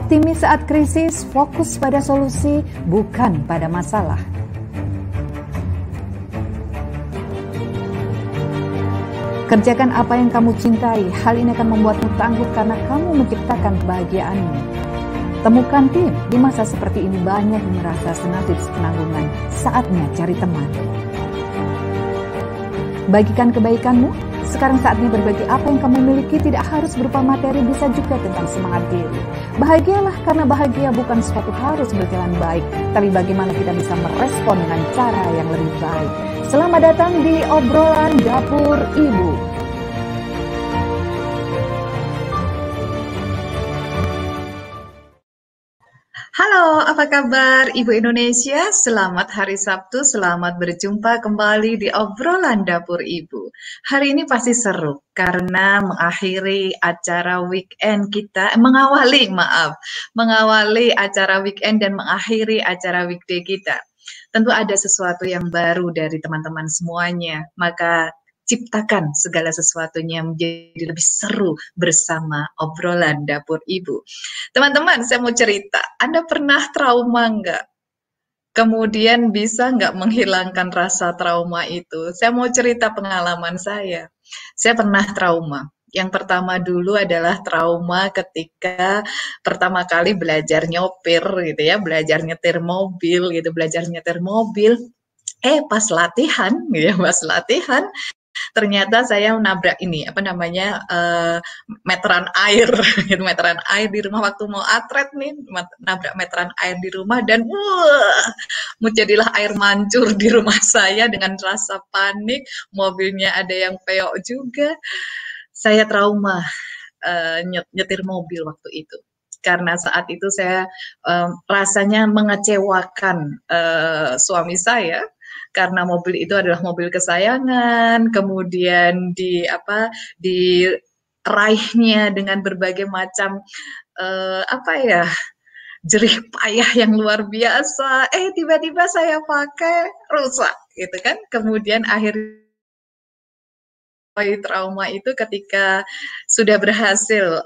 Optimis saat krisis, fokus pada solusi, bukan pada masalah. Kerjakan apa yang kamu cintai, hal ini akan membuatmu tangguh karena kamu menciptakan kebahagiaanmu. Temukan tim, di masa seperti ini banyak yang merasa senasib penanggungan, saatnya cari teman. Bagikan kebaikanmu, sekarang saatnya berbagi apa yang kamu miliki, tidak harus berupa materi, bisa juga tentang semangat diri. Bahagialah karena bahagia bukan suatu harus berjalan baik, tapi bagaimana kita bisa merespon dengan cara yang lebih baik. Selamat datang di obrolan Dapur Ibu. Halo, apa kabar Ibu Indonesia? Selamat hari Sabtu, selamat berjumpa kembali di obrolan Dapur Ibu. Hari ini pasti seru karena mengakhiri acara weekend kita, mengawali acara weekend dan mengakhiri acara weekday kita. Tentu ada sesuatu yang baru dari teman-teman semuanya, maka ciptakan segala sesuatunya menjadi lebih seru bersama obrolan Dapur Ibu. Teman-teman, saya mau cerita, Anda pernah trauma nggak? Kemudian bisa nggak menghilangkan rasa trauma itu? Saya mau cerita pengalaman saya. Saya pernah trauma. Yang pertama dulu adalah trauma ketika pertama kali belajar nyopir gitu ya, belajar nyetir mobil gitu, belajar nyetir mobil. Pas latihan, ya pas latihan, ternyata saya menabrak ini apa namanya meteran air, gitu, meteran air di rumah waktu mau atret nih, nabrak meteran air di rumah dan jadilah air mancur di rumah saya dengan rasa panik, mobilnya ada yang peok juga. Saya trauma nyetir mobil waktu itu. Karena saat itu saya rasanya mengecewakan suami saya karena mobil itu adalah mobil kesayangan, kemudian diraihnya dengan berbagai macam jerih payah yang luar biasa. Tiba-tiba saya pakai rusak, gitu kan? Kemudian akhirnya trauma itu ketika sudah berhasil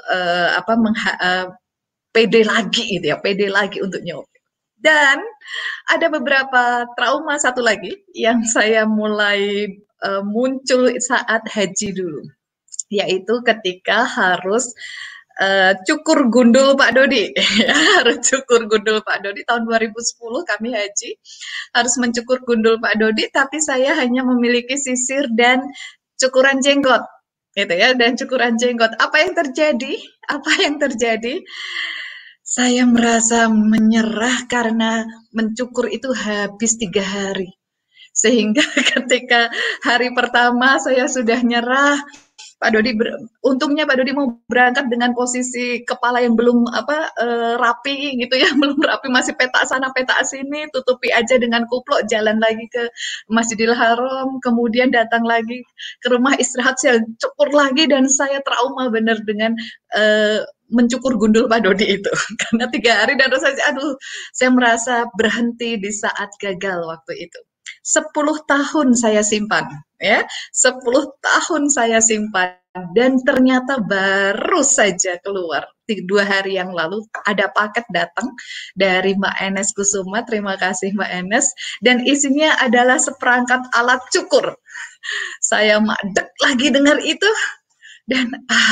pede lagi gitu ya, pede lagi untuk nyopir. Dan ada beberapa trauma satu lagi yang saya mulai muncul saat haji dulu, yaitu ketika harus cukur gundul Pak Dodi. Harus cukur gundul Pak Dodi tahun 2010 kami haji, harus mencukur gundul Pak Dodi, tapi saya hanya memiliki sisir dan cukuran jenggot gitu ya, dan cukuran jenggot. Apa yang terjadi? Saya merasa menyerah karena mencukur itu habis 3 hari. Sehingga ketika hari pertama saya sudah nyerah, Pak Dodi, untungnya Pak Dodi mau berangkat dengan posisi kepala yang belum rapi gitu ya, belum rapi, masih petak sana petak sini, tutupi aja dengan kuplok, jalan lagi ke Masjidil Haram, kemudian datang lagi ke rumah istirahat, saya cukur lagi dan saya trauma benar dengan mencukur gundul Pak Dodi itu karena 3 hari dan saya merasa berhenti di saat gagal waktu itu. 10 tahun saya simpan, ya, 10 tahun saya simpan, dan ternyata baru saja keluar 2 hari yang lalu ada paket datang dari Mbak Enes Kusuma, terima kasih Mbak Enes, dan isinya adalah seperangkat alat cukur. Saya madek lagi dengar itu dan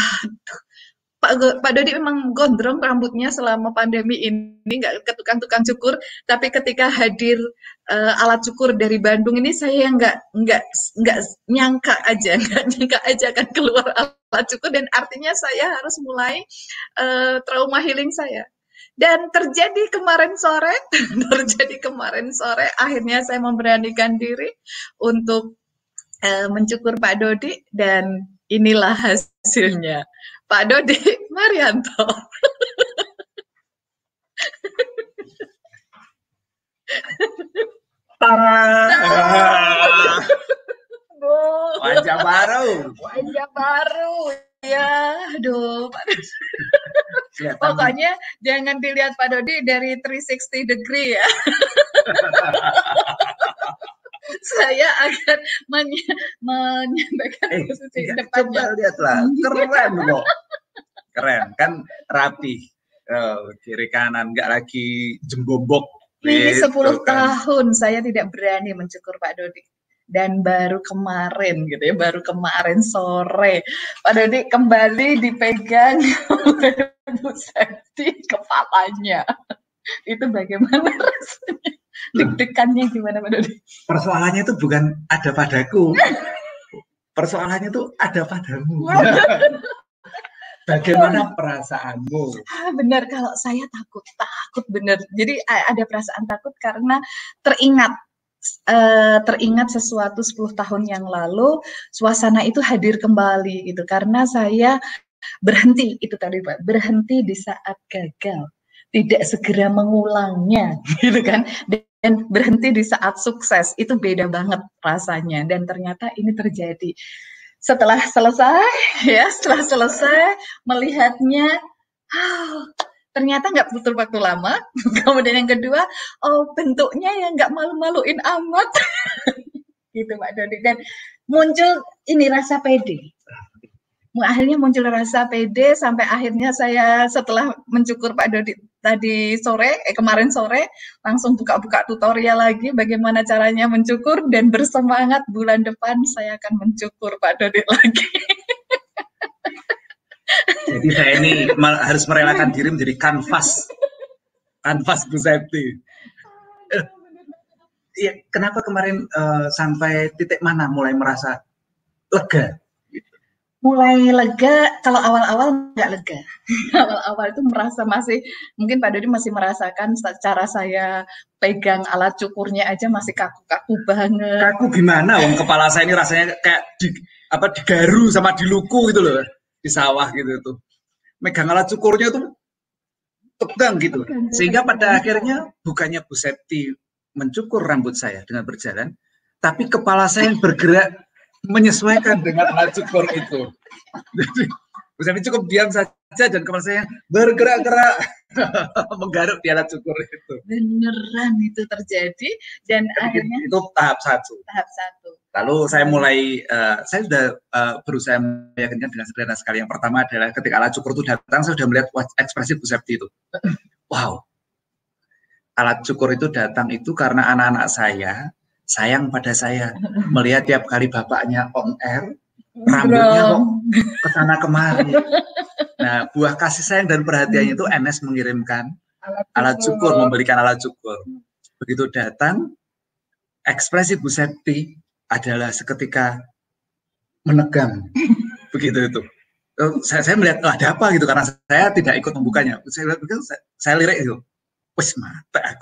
Pak Dodi memang gondrong rambutnya selama pandemi ini, nggak ke tukang cukur, tapi ketika hadir alat cukur dari Bandung ini, saya nggak nyangka aja akan keluar alat cukur, dan artinya saya harus mulai trauma healing saya. Dan terjadi kemarin sore, akhirnya saya memberanikan diri untuk mencukur Pak Dodi, dan inilah hasilnya. Pak Dodi Marianto. Wajah baru. Ya, aduh. Pokoknya jangan dilihat Pak Dodi dari 360 degree ya. Saya akan menyampaikan posisi depannya. Coba lihatlah, keren kok. Keren kan, rapi. Oh, kiri kanan, nggak lagi jembombok. Ini gitu 10 kan. tahun saya tidak berani mencukur Pak Dodi. Dan baru kemarin gitu ya, baru kemarin sore Pak Dodi kembali dipegang oleh Bu Septi kepalanya. Itu bagaimana rasanya? Deg-degannya gimana Pak Dodi? Persoalannya itu bukan ada padaku. Persoalannya itu ada padamu. Bagaimana perasaanmu? Benar, kalau saya takut benar. Jadi ada perasaan takut karena teringat sesuatu 10 tahun yang lalu, suasana itu hadir kembali gitu. Karena saya berhenti, itu tadi Pak, berhenti di saat gagal, tidak segera mengulangnya gitu kan. Dan berhenti di saat sukses, itu beda banget rasanya. Dan ternyata ini terjadi. Setelah selesai melihatnya, ternyata nggak butuh waktu lama. Kemudian yang kedua, bentuknya yang nggak malu-maluin amat, gitu Pak Dodi. Dan muncul ini rasa pede. Akhirnya muncul rasa pede sampai akhirnya saya setelah mencukur Pak Dodi kemarin sore langsung buka-buka tutorial lagi bagaimana caranya mencukur dan bersemangat bulan depan saya akan mencukur Pak Dodi lagi. Jadi saya ini harus merelakan diri menjadi kanvas Bu Septi. Iya, kenapa kemarin sampai titik mana mulai merasa lega? Mulai lega, kalau awal-awal nggak lega. Awal-awal itu merasa mungkin Pak Dodi masih merasakan cara saya pegang alat cukurnya aja masih kaku-kaku banget. Kaku gimana? Wong kepala saya ini rasanya kayak digaru sama diluku gitu loh, di sawah gitu tuh. Megang alat cukurnya tuh tegang gitu. Sehingga pada akhirnya bukannya Bu Septi mencukur rambut saya dengan berjalan, tapi kepala saya yang bergerak menyesuaikan dengan alat cukur itu. Jadi Bu Septi cukup diam saja dan kepala saya bergerak-gerak menggaruk di alat cukur itu. Beneran itu terjadi dan akhirnya itu tahap satu. Lalu saya mulai, saya sudah berusaha meyakinkan dengan sederhana sekali. Yang pertama adalah ketika alat cukur itu datang, saya sudah melihat ekspresi Bu Septi itu. Wow, alat cukur itu datang itu karena anak-anak saya sayang pada saya. Melihat tiap kali bapaknya on air, rambutnya kok kesana kemari. Nah, buah kasih sayang dan perhatiannya itu NS mengirimkan alat cukur, membelikan alat cukur. Begitu datang, ekspresi Bu Septi adalah seketika menegang. Begitu itu. Saya melihat, ada apa gitu, karena saya tidak ikut membukanya. Saya lirik itu. Wes mata aku.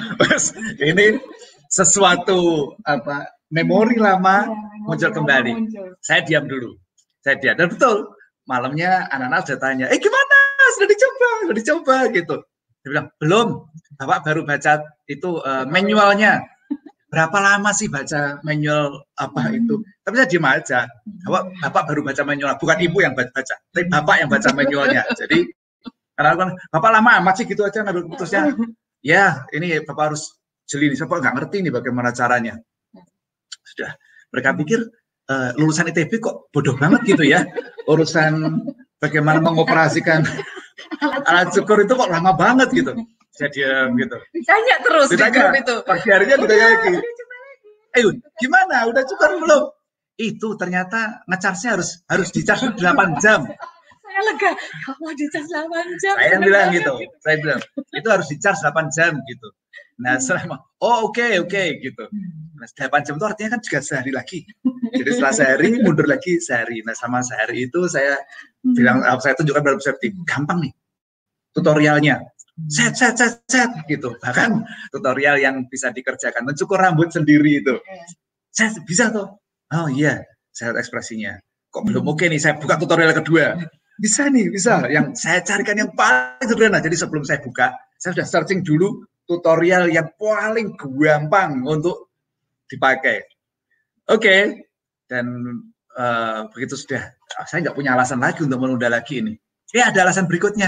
Ini sesuatu memori lama muncul kembali. Saya diam dulu. Dan betul, malamnya anak-anak sudah tanya, gimana? Sudah dicoba gitu. Dia bilang, belum. Bapak baru baca itu manualnya. Berapa lama sih baca manual itu? Tapi saya diam aja. Bapak baru baca manual, bukan ibu yang baca, tapi bapak yang baca manualnya. Jadi karena bapak lama amat sih gitu aja ngambil putusnya. Ya, ini bapak harus jeli nih. Bapak nggak ngerti nih bagaimana caranya. Sudah. Mereka pikir lulusan ITB kok bodoh banget gitu ya. Urusan bagaimana mengoperasikan alat cukur itu kok lama banget gitu. Saya diam gitu. Ditanya terus di grup itu. Pagi harinya ditanya lagi. Ayo, gimana? Udah cukur belum? Itu ternyata ngecasnya harus dicas 8 jam. Saya lega. Kalau dicas 8 jam. Saya bilang gitu. Saya bilang, itu harus dicas 8 jam gitu. Nah, selama oke gitu. Nah, 8 jam itu artinya kan juga sehari lagi. Jadi setelah sehari mundur lagi sehari. Nah, sama sehari itu saya bilang, saya tunjukkan pada Bu Septi, gampang nih tutorialnya. Set gitu. Bahkan tutorial yang bisa dikerjakan mencukur rambut sendiri itu. Saya bisa tuh. Oh iya, saya lihat ekspresinya. Kok belum oke nih, saya buka tutorial kedua. Bisa nih, bisa. Yang saya carikan yang paling sederhana. Jadi sebelum saya buka, saya sudah searching dulu tutorial yang paling gampang untuk dipakai. Oke. Dan begitu sudah, saya nggak punya alasan lagi untuk menunda lagi ini. Ada alasan berikutnya.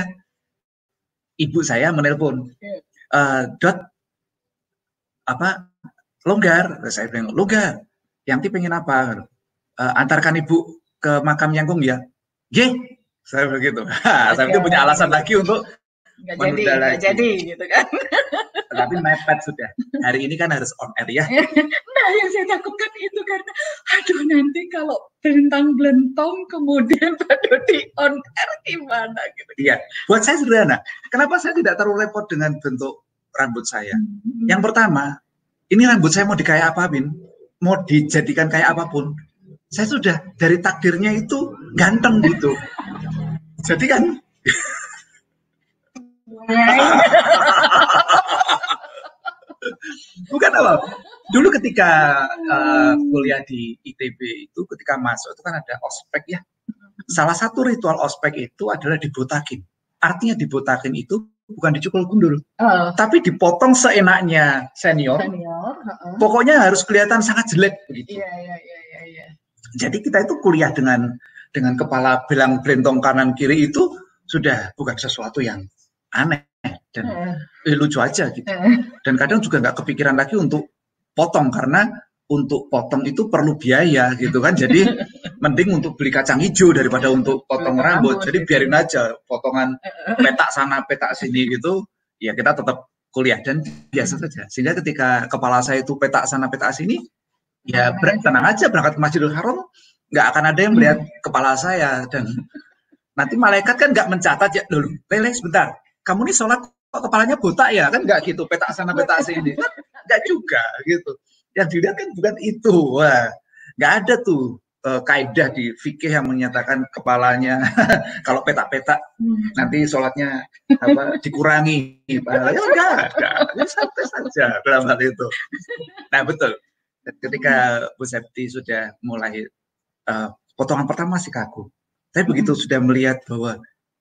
Ibu saya menelpon, Dot, longgar? Saya bilang, longgar. Yanti pengen apa? Antarkan ibu ke makam Yangkung ya? Saya begitu. Saya itu punya alasan lagi untuk nggak jadi gitu kan. Tapi mepet sudah. Hari ini kan harus on air ya. Nah, yang saya takutkan itu karena, aduh nanti kalau belentang-belentong kemudian Pak Dodi on air gimana gitu. Iya, buat saya sederhana. Kenapa saya tidak terlalu repot dengan bentuk rambut saya? Yang pertama, ini rambut saya mau dikayak apapun, mau dijadikan kayak apapun, saya sudah dari takdirnya itu ganteng gitu. Jadi kan bukan apa. Dulu ketika kuliah di ITB itu, ketika masuk itu kan ada ospek ya. Salah satu ritual ospek itu adalah dibotakin. Artinya dibotakin itu bukan dicukul gundul, tapi dipotong seenaknya senior. Pokoknya harus kelihatan sangat jelek begitu. Iya. Jadi kita itu kuliah dengan kepala belang belentong kanan kiri itu sudah bukan sesuatu yang aneh dan lucu aja gitu. Dan kadang juga nggak kepikiran lagi untuk potong karena untuk potong itu perlu biaya gitu kan. Jadi mending untuk beli kacang hijau daripada untuk potong rambut. Jadi biarin aja potongan petak sana petak sini gitu. Ya kita tetap kuliah dan biasa saja. Sehingga ketika kepala saya itu petak sana petak sini, ya tenang aja berangkat ke Masjidil Haram nggak akan ada yang melihat kepala saya. Dan nanti malaikat kan nggak mencatat ya dulu. Lele sebentar, kamu nih sholat kok kepalanya botak ya kan, nggak gitu petak sana petak sini kan nggak juga gitu. Yang dilihat kan bukan itu. Wah, nggak ada tuh kaidah di fikih yang menyatakan kepalanya kalau petak-petak nanti sholatnya dikurangi. Ya nggak ada, ya santai saja dalam hal itu. Nah betul, ketika Bu Septi sudah mulai potongan pertama masih kaku, tapi begitu sudah melihat bahwa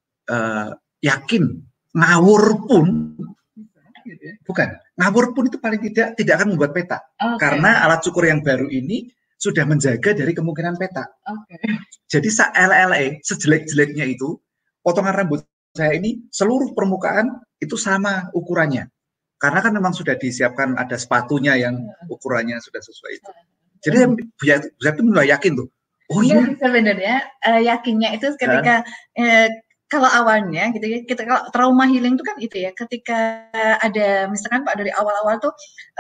yakin ngawur pun bukan, ngawur pun itu paling tidak akan membuat petak. Karena alat cukur yang baru ini sudah menjaga dari kemungkinan petak. Jadi LLE sejelek-jeleknya itu, potongan rambut saya ini seluruh permukaan itu sama ukurannya. Karena kan memang sudah disiapkan ada sepatunya yang ukurannya sudah sesuai itu. Jadi saya tuh mulai yakin tuh. Oh iya. Sebenarnya yakinnya itu ketika kalau awalnya gitu ya, kita kalau trauma healing itu kan itu ya, ketika ada misalkan Pak dari awal-awal tuh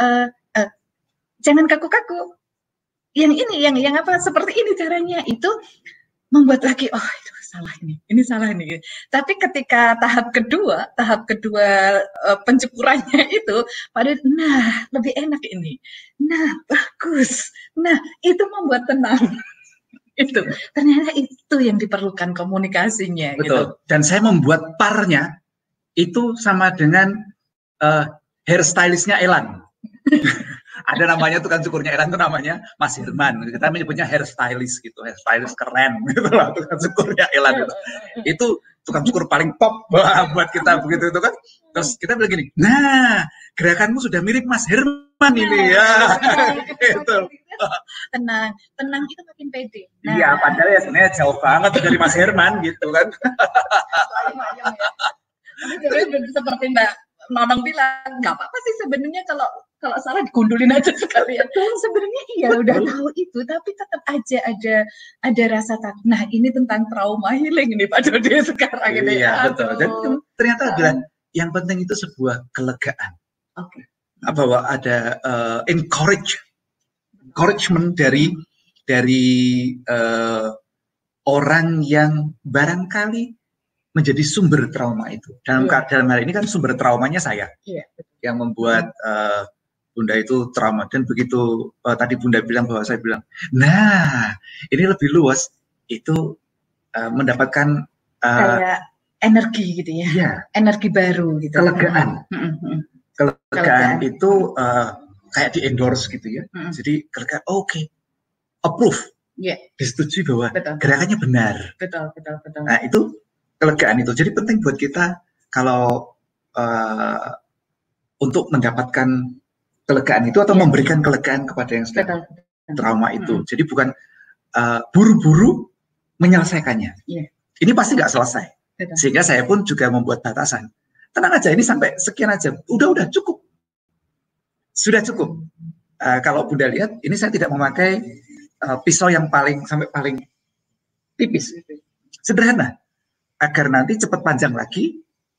jangan kaku-kaku, yang ini, yang apa seperti ini caranya, itu membuat lagi itu salah ini salah ini. Tapi ketika tahap kedua pencukurannya itu, Pak Dari, nah lebih enak ini, nah bagus, nah itu membuat tenang. Itu ternyata itu yang diperlukan komunikasinya. Betul. Gitu. Dan saya membuat parnya itu sama dengan hairstylistnya Elan. Ada namanya tukang cukurnya Elan, itu namanya Mas Herman. Kita menyebutnya hairstylist gitu, hairstylist keren gitu lah tukang cukurnya Elan gitu. Itu tukang cukur paling top buat kita begitu itu kan. Terus kita bilang gini, nah gerakanmu sudah mirip Mas Herman ini ya. Gitu. Tenang itu makin pede. Nah, iya, padahal ya sebenarnya jauh banget dari Mas Herman gitu kan. Seperti Mbak Mamang bilang, nggak apa-apa sih sebenarnya kalau salah digundulin aja sekalian. Sebenarnya iya udah tahu itu, tapi tetap aja ada rasa takut. Nah ini tentang trauma healing nih Pak Dodi sekarang ini. Iya betul. Dan ternyata adalah yang penting itu sebuah kelegaan. Bahwa ada encouragement dari orang yang barangkali menjadi sumber trauma itu. Dalam hal ini kan sumber traumanya saya, yang membuat Bunda itu trauma. Dan begitu tadi Bunda bilang bahwa saya bilang, nah ini lebih luas, itu mendapatkan kayak energi gitu ya, energi baru gitu. Kelegaan itu kayak di endorse gitu ya. Jadi kelegaan, approve, disetujui bahwa gerakannya benar. Betul. Nah itu kelegaan itu. Jadi penting buat kita kalau untuk mendapatkan kelegaan itu atau memberikan kelegaan kepada yang sedang trauma itu. Jadi bukan buru-buru menyelesaikannya. Ini pasti nggak selesai. Sehingga saya pun juga membuat batasan. Tenang aja, ini sampai sekian aja. Udah cukup. Sudah cukup. Kalau Bunda lihat, ini saya tidak memakai pisau yang sampai paling tipis. Sederhana. Agar nanti cepat panjang lagi,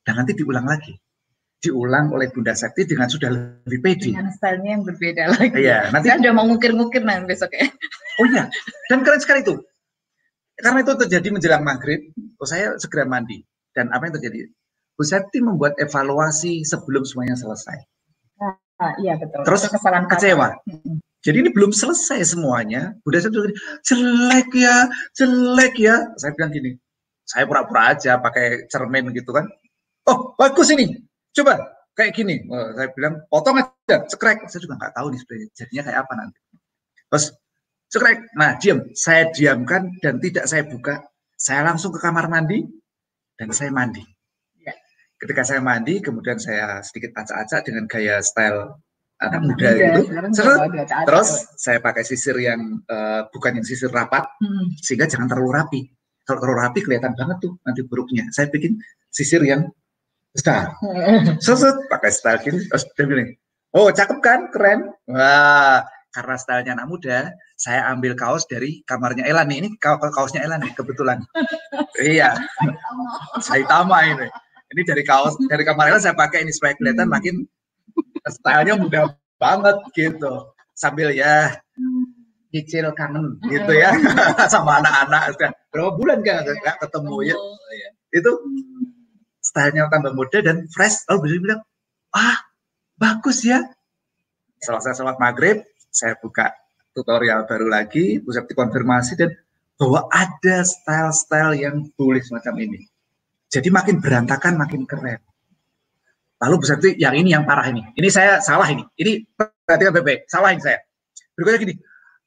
dan nanti diulang lagi. Diulang oleh Bunda Septi dengan sudah lebih pede. Dengan stylenya yang berbeda lagi. Iya, nanti saya udah mau ngukir-ngukir nanti besok ya. Oh iya, dan keren sekali itu. Karena itu terjadi menjelang maghrib, saya segera mandi. Dan apa yang terjadi? Bu Septi membuat evaluasi sebelum semuanya selesai. Iya betul. Terus kesalahan kecewa. Jadi ini belum selesai semuanya. Bunda Septi jelek ya. Saya bilang gini, saya pura-pura aja pakai cermin gitu kan. Oh bagus ini. Coba kayak gini, saya bilang potong aja, cekrek. Saya juga nggak tahu nih sebenarnya jadinya kayak apa nanti. Terus cekrek, nah saya diamkan dan tidak saya buka. Saya langsung ke kamar mandi dan saya mandi. Ketika saya mandi, kemudian saya sedikit acak-acak dengan gaya style anak muda gitu. Terus saya pakai sisir yang bukan yang sisir rapat, sehingga jangan terlalu rapi. Kalau terlalu rapi kelihatan banget tuh nanti buruknya. Saya bikin sisir yang besar, pakai style gini, terus dia bilang, oh cakep kan, keren. Wah, karena stylenya anak muda, saya ambil kaos dari kamarnya Elan nih. Ini kaosnya Elan nih kebetulan. Iya, Saitama ini. Ini dari kamar Elan saya pakai ini supaya kelihatan makin stylenya muda banget gitu. Sambil ya nyicil kangen gitu ya sama anak-anak. Berapa bulan nggak ketemu ya? Itu stylenya tambah muda dan fresh. Lalu bisa bilang, bagus ya. Selesai sholat maghrib, saya buka tutorial baru lagi, Bu Septi konfirmasi dan bahwa ada style-style yang boleh semacam ini. Jadi makin berantakan, makin keren. Lalu Bu Septi, yang ini yang parah ini. Ini saya salah ini. Ini perhatikan baik-baik, salahin saya. Berikutnya gini,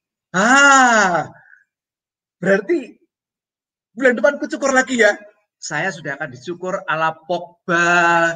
berarti bulan depan kucukur lagi ya. Saya sudah akan dicukur ala Pogba,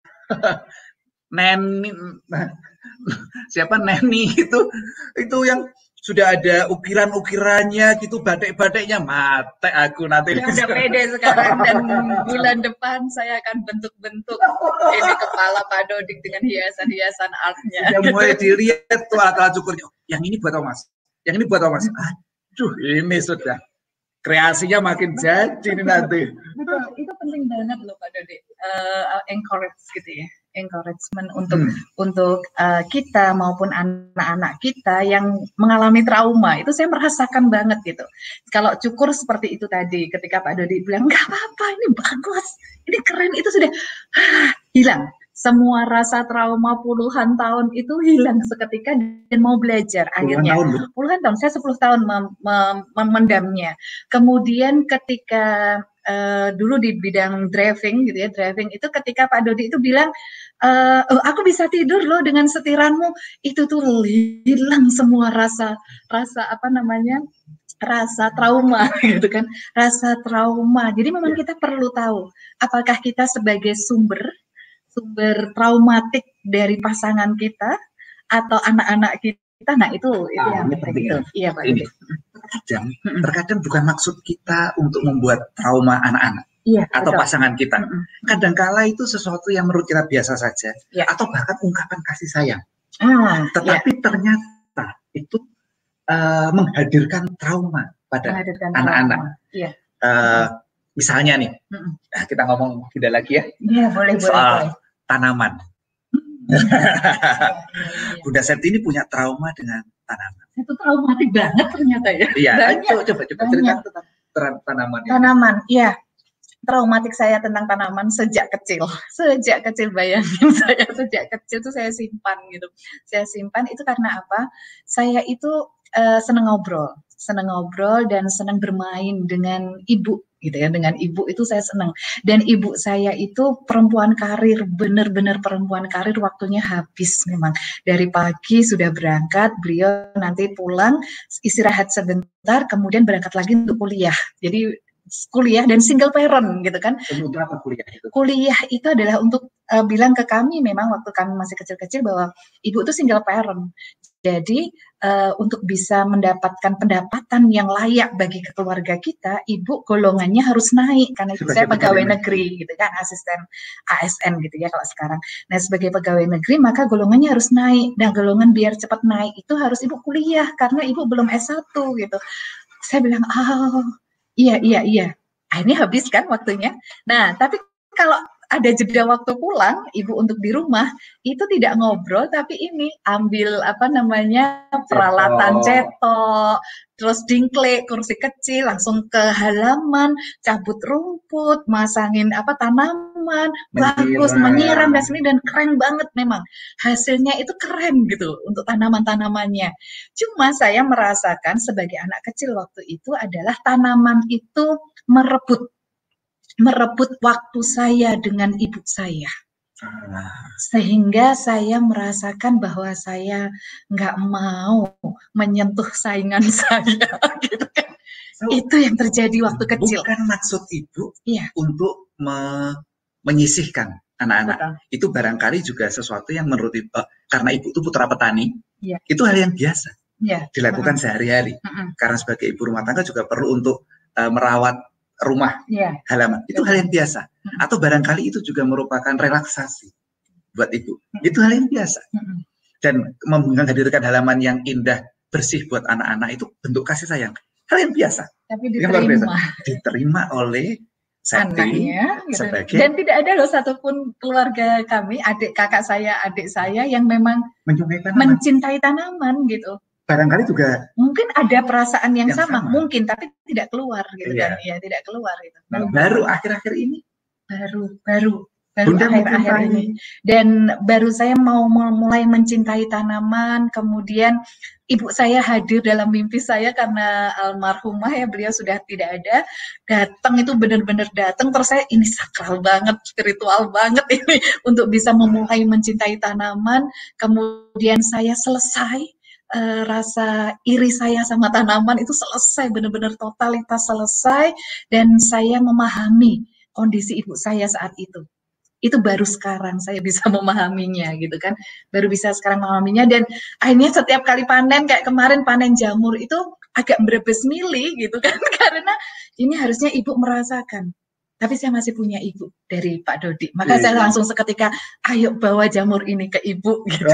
Neni, siapa Neni itu yang sudah ada ukiran-ukirannya gitu, batik-batiknya, mate aku nanti. Ya udah pede sekarang dan bulan depan saya akan bentuk-bentuk ini kepala Pak Dodik dengan hiasan-hiasan artnya. Sudah mulai dilihat tuh alat cukurnya. Yang ini buat Thomas, yang ini buat Thomas. Aduh, ini sudah. Kreasinya makin jadi ini nanti. Betul, itu penting banget loh Pak Dodik. Encourage gitu ya, encouragement untuk kita maupun anak-anak kita yang mengalami trauma. Itu saya merasakan banget gitu. Kalau cukur seperti itu tadi, ketika Pak Dodik bilang nggak apa-apa, ini bagus, ini keren, itu sudah hilang. Semua rasa trauma puluhan tahun itu hilang seketika dan mau belajar akhirnya. Puluhan tahun, saya 10 tahun memendamnya. Kemudian ketika dulu di bidang driving gitu ya, driving itu ketika Pak Dodi itu bilang, aku bisa tidur loh dengan setiranmu, itu tuh hilang semua rasa apa namanya, rasa trauma gitu kan, rasa trauma. Jadi memang kita perlu tahu apakah kita sebagai sumber traumatik dari pasangan kita atau anak-anak kita. Nah itu yang penting. Iya Pak. Ini terkadang bukan maksud kita untuk membuat trauma anak-anak atau pasangan kita. Kadangkala itu sesuatu yang menurut kita biasa saja, atau bahkan ungkapan kasih sayang. Tetapi ternyata itu menghadirkan trauma pada anak-anak. Misalnya nih, kita ngomong Bunda lagi ya. Iya boleh. Tanaman. Bunda Septi ini punya trauma dengan tanaman. Itu traumatik banget ternyata ya. Iya, coba cerita tentang tanaman. Tanaman, iya. Traumatik saya tentang tanaman sejak kecil. Sejak kecil, bayangin saya sejak kecil tuh saya simpan gitu. Saya simpan itu karena apa? Saya itu senang ngobrol dan senang bermain dengan ibu gitu ya, dengan ibu itu saya senang. Dan ibu saya itu perempuan karir, benar-benar perempuan karir, waktunya habis memang. Dari pagi sudah berangkat, beliau nanti pulang, istirahat sebentar, kemudian berangkat lagi untuk kuliah. Jadi kuliah dan single parent gitu kan. Untuk apa kuliah itu? Kuliah itu adalah untuk bilang ke kami memang waktu kami masih kecil-kecil bahwa ibu itu single parent. Jadi untuk bisa mendapatkan pendapatan yang layak bagi keluarga kita, ibu golongannya harus naik karena itu saya pegawai negeri gitu kan, asisten ASN gitu ya kalau sekarang. Nah sebagai pegawai negeri maka golongannya harus naik. Dan golongan biar cepat naik itu harus ibu kuliah karena ibu belum S1 gitu. Saya bilang iya. Akhirnya habis kan waktunya. Nah tapi kalau ada jeda waktu pulang, ibu untuk di rumah itu tidak ngobrol, tapi ini ambil apa namanya peralatan cetok, terus dingklik, kursi kecil, langsung ke halaman, cabut rumput, masangin apa tanaman, bagus, menyiram dan sini, dan keren banget memang. Hasilnya itu keren gitu untuk tanaman-tanamannya. Cuma saya merasakan sebagai anak kecil waktu itu adalah tanaman itu merebut waktu saya dengan ibu saya. Sehingga saya merasakan bahwa saya nggak mau menyentuh saingan saya, gitu kan. Itu yang terjadi waktu kecil. Bukan maksud ibu untuk menyisihkan anak-anak. Betul. Itu barangkali juga sesuatu yang menurut ibu, karena ibu itu putra petani, itu hal yang biasa dilakukan sehari-hari. Karena sebagai ibu rumah tangga juga perlu untuk merawat rumah halaman. Itu hal yang biasa. Atau barangkali itu juga merupakan relaksasi buat ibu. Itu hal yang biasa. Dan menghadirkan halaman yang indah, bersih buat anak-anak itu bentuk kasih sayang. Hal yang biasa. Tapi diterima. Diterima oleh anaknya gitu. Sebagai, dan tidak ada loh satupun keluarga kami, adik kakak saya, adik saya yang memang mencintai tanaman gitu. Barangkali juga mungkin ada perasaan yang sama, mungkin, tapi tidak keluar gitu kan. Ya, tidak keluar gitu. Baru akhir-akhir ini. Baru akhir-akhir ini. Dan baru saya mau mulai mencintai tanaman, kemudian ibu saya hadir dalam mimpi saya karena almarhumah ya, beliau sudah tidak ada. Datang itu benar-benar datang, terus saya ini sakral banget, spiritual banget ini untuk bisa memulai mencintai tanaman. Kemudian saya selesai, rasa iri saya sama tanaman itu selesai, benar-benar totalitas selesai, dan saya memahami kondisi ibu saya saat itu. Itu baru sekarang saya bisa memahaminya gitu kan, baru bisa sekarang memahaminya. Dan akhirnya setiap kali panen, kayak kemarin panen jamur itu agak berebes mili gitu kan, karena ini harusnya ibu merasakan, tapi saya masih punya ibu dari Pak Dodi, maka saya langsung seketika, ayo bawa jamur ini ke ibu gitu.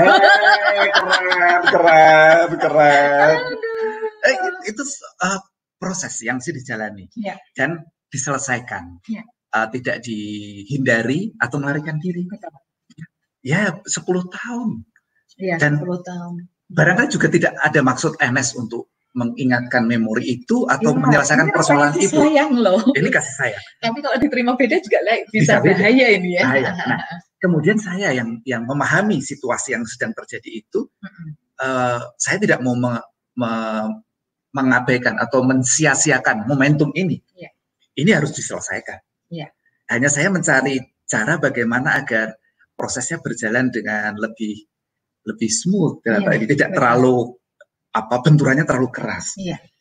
Keren. Itu proses yang sih dijalani dan diselesaikan. Tidak dihindari atau melarikan diri. Ya, 10 tahun. Ya, dan 10 tahun. Barangkali juga tidak ada maksud Ernest untuk mengingatkan memori itu atau menyelesaikan persoalan itu. Sayang loh. Ini kasih sayang. Tapi kalau diterima beda juga bisa bahaya ini ya. Bahaya. Nah, kemudian saya yang memahami situasi yang sedang terjadi itu, saya tidak mau mengabaikan atau mensia-siakan momentum ini. Ini harus diselesaikan. Hanya saya mencari cara bagaimana agar prosesnya berjalan dengan lebih smooth, tidak terlalu benturannya terlalu keras.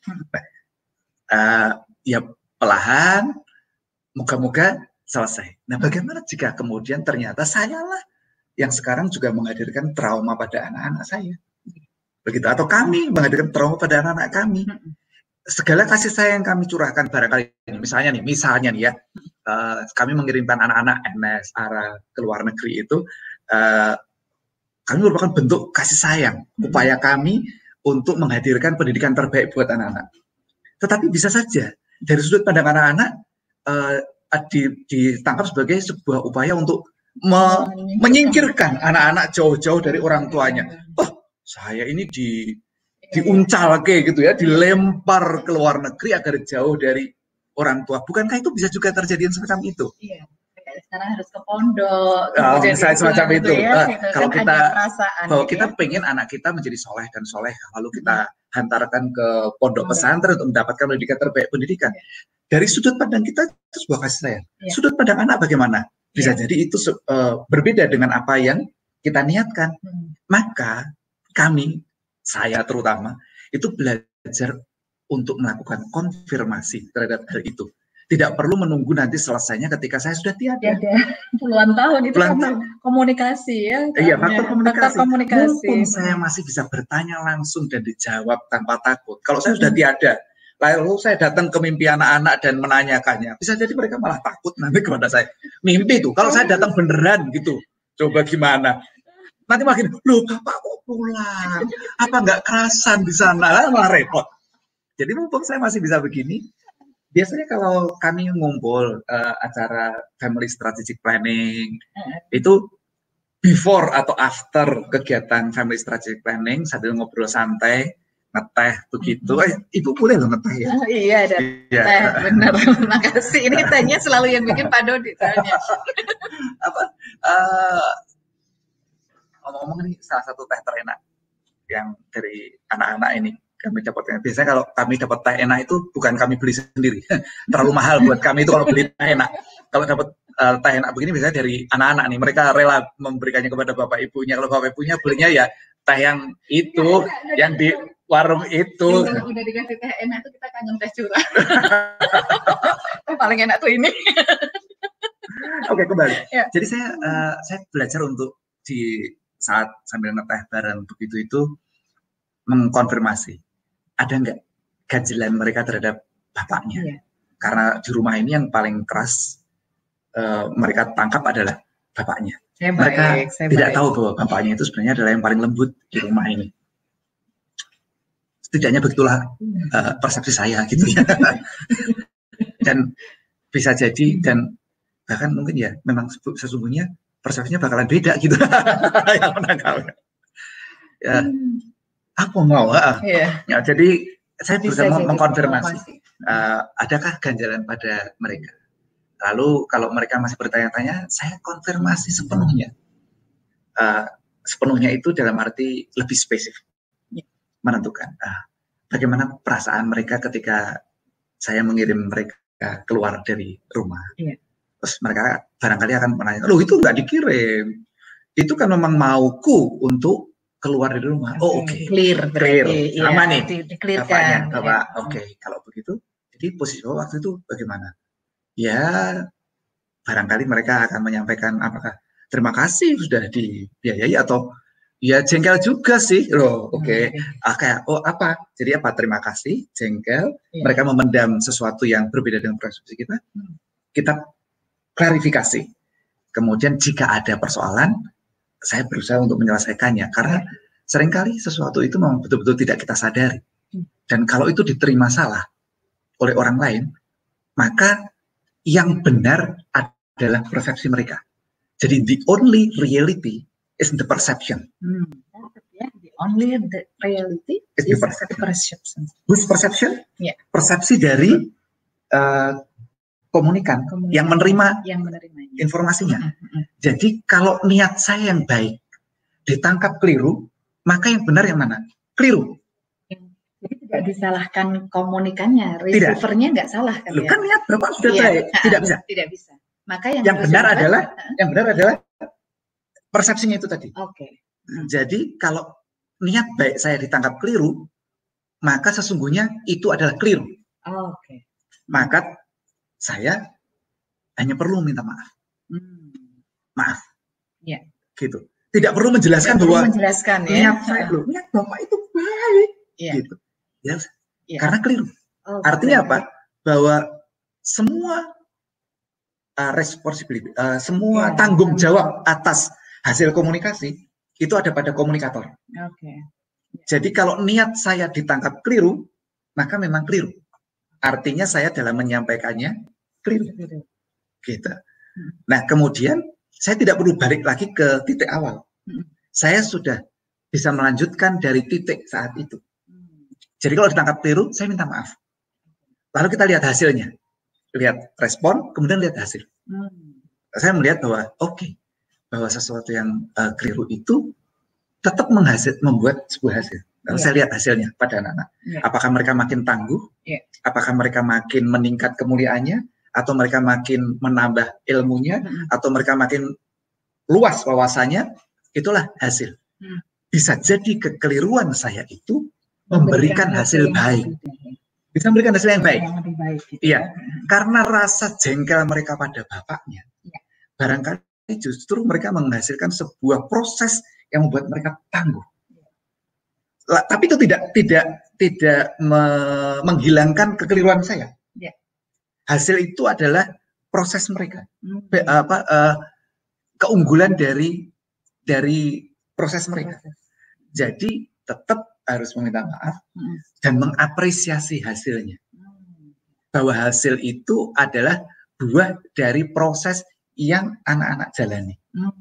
Ya pelahan, moga-moga selesai. Nah, bagaimana jika kemudian ternyata sayalah yang sekarang juga menghadirkan trauma pada anak-anak saya, begitu, atau kami menghadirkan trauma pada anak-anak kami. Segala kasih sayang yang kami curahkan barangkali, misalnya nih ya, kami mengirimkan anak-anak NS arah ke luar negeri itu, kami merupakan bentuk kasih sayang, upaya kami untuk menghadirkan pendidikan terbaik buat anak-anak. Tetapi bisa saja dari sudut pandang anak-anak ditangkap sebagai sebuah upaya untuk menyingkirkan anak-anak jauh-jauh dari orang tuanya. Saya ini diuncal gitu ya, dilempar ke luar negeri agar jauh dari orang tua. Bukankah itu bisa juga terjadi semacam itu? Iya, sekarang harus ke pondok. Semacam itu. Ya, kalau kan kita bahwa kita pengen anak kita menjadi soleh dan soleh, lalu kita hantarkan ke pondok pesantren untuk mendapatkan pendidikan terbaik pendidikan. Dari sudut pandang kita itu sebuah kasih sayang. Sudut pandang anak bagaimana? Bisa jadi itu berbeda dengan apa yang kita niatkan. Maka kami, saya terutama, itu belajar untuk melakukan konfirmasi terhadap hal itu. Tidak perlu menunggu nanti selesainya ketika saya sudah tiada. Puluhan tahun itu komunikasi ya. Iya, faktor komunikasi. Mumpung saya masih bisa bertanya langsung dan dijawab tanpa takut. Kalau saya sudah tiada, lalu saya datang ke mimpi anak-anak dan menanyakannya, bisa jadi mereka malah takut nanti kepada saya. Mimpi itu, kalau saya datang beneran gitu, coba gimana? Nanti makin, loh Bapak kok pulang? Apa nggak kerasan di sana? Malah repot. Jadi mumpung saya masih bisa begini, biasanya kalau kami ngumpul acara family strategic planning itu before atau after kegiatan family strategic planning sambil ngobrol santai, ngeteh begitu. Ibu boleh loh ngeteh ya? Oh, iya, ada teh, benar. Makasih. Ini tehnya selalu yang bikin Pak Dodi. Apa? Ngomong-ngomong ini salah satu teh terenak yang dari anak-anak ini kami dapatkan. Biasanya kalau kami dapat teh enak itu bukan kami beli sendiri, terlalu mahal buat kami itu kalau beli teh enak. Kalau dapat teh enak begini biasanya dari anak-anak nih, mereka rela memberikannya kepada bapak ibunya. Kalau bapak ibunya belinya ya teh yang itu, yang di warung itu. Kalau udah dikasih teh enak tuh kita kangen teh curah. Paling enak tuh ini. Oke, kembali. Ya. Jadi saya belajar untuk di saat sambil ngeteh bareng begitu itu mengkonfirmasi ada nggak ganjilan mereka terhadap bapaknya. Ya. Karena di rumah ini yang paling keras mereka tangkap adalah bapaknya. Mereka tidak tahu bahwa bapaknya itu sebenarnya adalah yang paling lembut di rumah ini. Setidaknya begitulah persepsi saya gitu ya. Dan bisa jadi dan bahkan mungkin ya memang sesungguhnya persepsinya bakalan beda gitu. Yang menangkap. Ya, aku mau. Ya, jadi saya bisa mengkonfirmasi adakah ganjalan pada mereka. Lalu kalau mereka masih bertanya-tanya, saya konfirmasi sepenuhnya. Sepenuhnya itu dalam arti lebih spesifik, menentukan bagaimana perasaan mereka ketika saya mengirim mereka keluar dari rumah. Terus mereka barangkali akan menanya, loh itu nggak dikirim, itu kan memang mauku untuk keluar dari rumah. Oh oke. Clear. Sama nih bapaknya. Bapak, oke. Kalau begitu, jadi posisi Bapak waktu itu bagaimana? Ya, barangkali mereka akan menyampaikan apakah terima kasih sudah dibiayai atau ya jengkel juga sih loh. Oke. Kayak apa? Jadi apa? Terima kasih, jengkel. Mereka memendam sesuatu yang berbeda dengan persepsi kita. Kita klarifikasi. Kemudian jika ada persoalan, saya berusaha untuk menyelesaikannya karena seringkali sesuatu itu memang betul-betul tidak kita sadari. Dan kalau itu diterima salah oleh orang lain, maka yang benar adalah persepsi mereka. Jadi the only reality is the perception. The only reality is the perception. Whose perception? Yeah. Persepsi dari komunikan yang menerima informasinya. Jadi kalau niat saya yang baik ditangkap keliru, maka yang benar yang mana? Keliru. Jadi tidak disalahkan komunikannya, receivernya nggak salah kan? Kan niat Bapak sudah baik, tidak bisa. Maka yang benar adalah persepsinya itu tadi. Oke. Jadi kalau niat baik saya ditangkap keliru, maka sesungguhnya itu adalah keliru. Oke. Maka saya hanya perlu minta maaf. Maaf. Ya. Gitu. Tidak perlu menjelaskan bahwa niat saya niat Bapak itu baik. Gitu. Ya. Karena keliru. Artinya apa? Bahwa semua responsibility, semua tanggung jawab atas hasil komunikasi itu ada pada komunikator. Jadi kalau niat saya ditangkap keliru, maka memang keliru. Artinya saya dalam menyampaikannya keliru. Gitu. Nah, kemudian saya tidak perlu balik lagi ke titik awal. Saya sudah bisa melanjutkan dari titik saat itu. Jadi kalau ditangkap keliru, saya minta maaf. Lalu kita lihat hasilnya. Lihat respon, kemudian lihat hasil. Saya melihat bahwa bahwa sesuatu yang keliru itu tetap membuat sebuah hasil. Lalu saya lihat hasilnya pada anak-anak. Apakah mereka makin tangguh? Apakah mereka makin meningkat kemuliaannya? Atau mereka makin menambah ilmunya? Atau mereka makin luas wawasannya? Itulah hasil. Bisa jadi kekeliruan saya itu memberikan hasil baik. Bisa memberikan hasil yang baik. Iya, karena rasa jengkel mereka pada bapaknya. Barangkali justru mereka menghasilkan sebuah proses yang membuat mereka tangguh. Tapi itu tidak menghilangkan kekeliruan saya. Hasil itu adalah proses mereka. Keunggulan dari proses mereka. Jadi tetap harus meminta maaf dan mengapresiasi hasilnya. bahwa hasil itu adalah buah dari proses yang anak-anak jalani.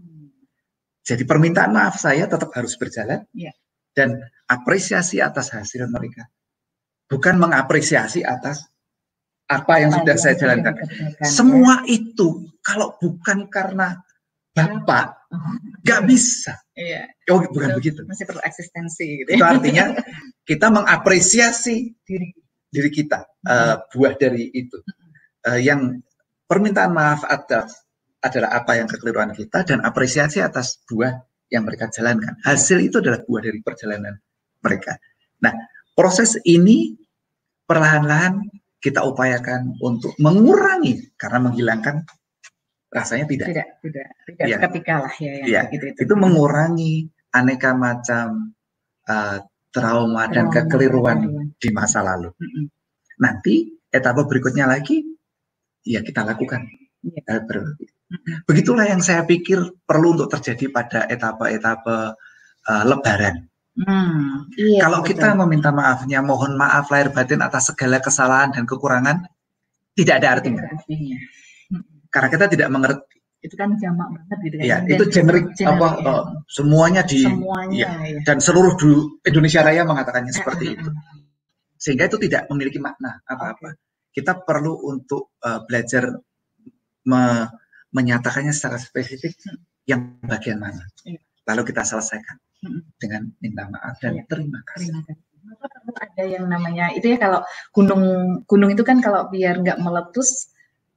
Jadi permintaan maaf saya tetap harus berjalan, dan apresiasi atas hasil mereka. Bukan mengapresiasi atas apa yang sudah saya jalankan. Semua itu kalau bukan karena Bapak, nggak bisa. Oh, bukan begitu. Masih perlu eksistensi. Gitu. Itu artinya kita mengapresiasi diri kita, buah dari itu. Yang permintaan maaf adalah apa yang kekeliruan kita, dan apresiasi atas buah yang mereka jalankan. Hasil itu adalah buah dari perjalanan mereka. Nah, proses ini perlahan-lahan kita upayakan untuk mengurangi, karena menghilangkan rasanya tidak ya. Ketika lah ya, itu mengurangi aneka macam trauma dan kekeliruan di masa lalu. Nanti etapa berikutnya lagi ya kita lakukan. Begitulah yang saya pikir perlu untuk terjadi pada etapa-etapa Lebaran. Kalau kita meminta maafnya, mohon maaf lahir batin atas segala kesalahan dan kekurangan, tidak ada artinya. Karena kita tidak mengerti. Itu kan jamak banget gitu kan. Ya, itu generik semuanya dan seluruh Indonesia Raya mengatakannya seperti itu. Sehingga itu tidak memiliki makna apa-apa. Kita perlu untuk belajar menyatakannya secara spesifik yang bagian mana. Lalu kita selesaikan dengan minta maaf dan terima kasih. Ada yang namanya itu ya, kalau gunung itu kan kalau biar nggak meletus,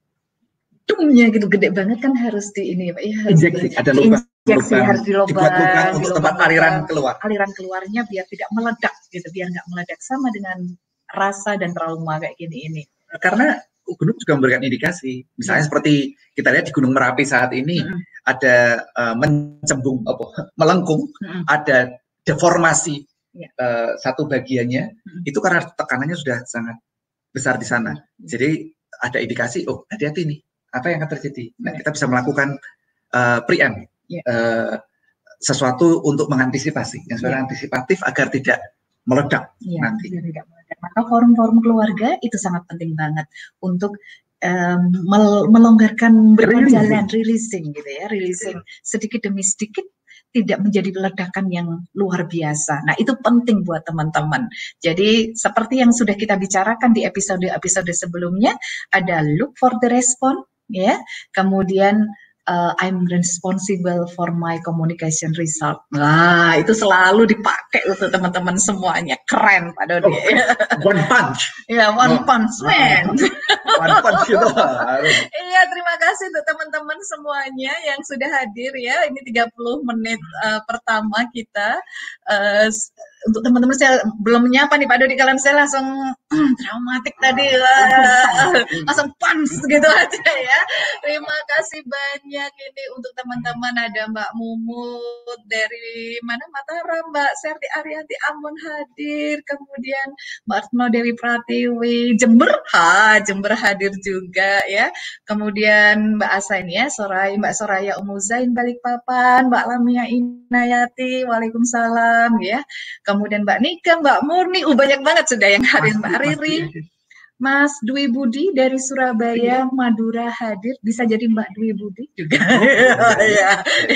dumnya gitu gede banget kan harus di ini ya Pak ya, harus injeksi, ada lubang, harus dilobang untuk tempat aliran keluar. Aliran keluarnya biar tidak meledak gitu, biar nggak meledak, sama dengan rasa dan trauma kayak gini ini. Karena gunung juga memberikan indikasi, misalnya seperti kita lihat di Gunung Merapi saat ini ada mencembung, melengkung, ada deformasi satu bagiannya, itu karena tekanannya sudah sangat besar di sana. Jadi ada indikasi, oh hati-hati nih, apa yang akan terjadi. Nah, kita bisa melakukan preempt, sesuatu untuk mengantisipasi, yang sebenarnya antisipatif agar tidak meledak nanti. Tidak meledak. Maka forum-forum keluarga itu sangat penting banget untuk melonggarkan berjalan, releasing gitu ya, releasing sedikit demi sedikit, tidak menjadi ledakan yang luar biasa. Nah, itu penting buat teman-teman. Jadi seperti yang sudah kita bicarakan di episode sebelumnya, ada look for the response, ya. Kemudian I'm responsible for my communication result. Nah, itu selalu dipakai untuk teman-teman semuanya. Keren, Pak Dodi. One punch. Ya, one punch man. One punch itu. Iya, terima kasih untuk teman-teman semuanya yang sudah hadir ya. Ini 30 menit pertama kita. Untuk teman-teman saya belum menyapa nih Pak Dodi, kalian saya langsung traumatik tadi, langsung punch gitu aja ya. Terima kasih banyak ini untuk teman-teman, ada Mbak Mumut dari mana, Mataram, Mbak Serti Arianti Ambon hadir, kemudian Mbak Retno Dewi Pratiwi Jember, Jember hadir juga ya. Kemudian Mbak Asa ini ya, Mbak Soraya Umuzain Balikpapan, Mbak Lamia Inayati, Waalaikumsalam ya. Kemudian Mbak Nika, Mbak Murni, banyak banget sudah yang hadir, Mbak Riri, Mas Dwi Budi dari Surabaya, Madura hadir, bisa jadi Mbak Dwi Budi juga. Ya.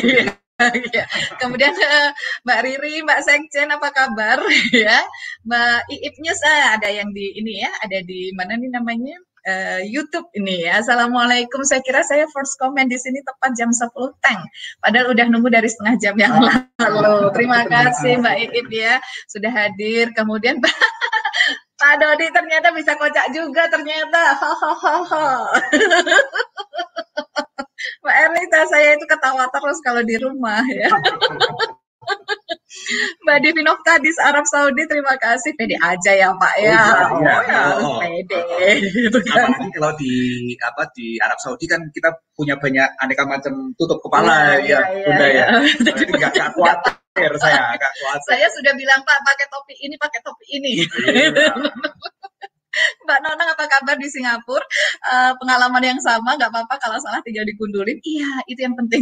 Kemudian Mbak Riri, Mbak Sekjen, apa kabar ya? Mbak Iipnya ada yang di ini ya, ada di mana nih namanya? YouTube ini ya. Assalamualaikum. Saya kira saya first comment di sini tepat jam 10 teng. Padahal udah nunggu dari setengah jam yang lalu. Terima kasih Mbak Iip ya sudah hadir. Kemudian Pak Dodi ternyata bisa kocak juga ternyata. Mbak Ernita, saya itu ketawa terus kalau di rumah ya. Mbak Divinov Kadis Arab Saudi, terima kasih. Pede aja ya Pak ya. Pede. Gitu kan. Apalagi kalau di Arab Saudi kan kita punya banyak aneka macam tutup kepala Bunda ya. Jadi nggak kuat saya, nggak kuat. Saya sudah bilang Pak pakai topi ini. Mbak Nonang, apa kabar di Singapura? Pengalaman yang sama, nggak apa-apa kalau salah tinggal dikundulin. Iya, itu yang penting.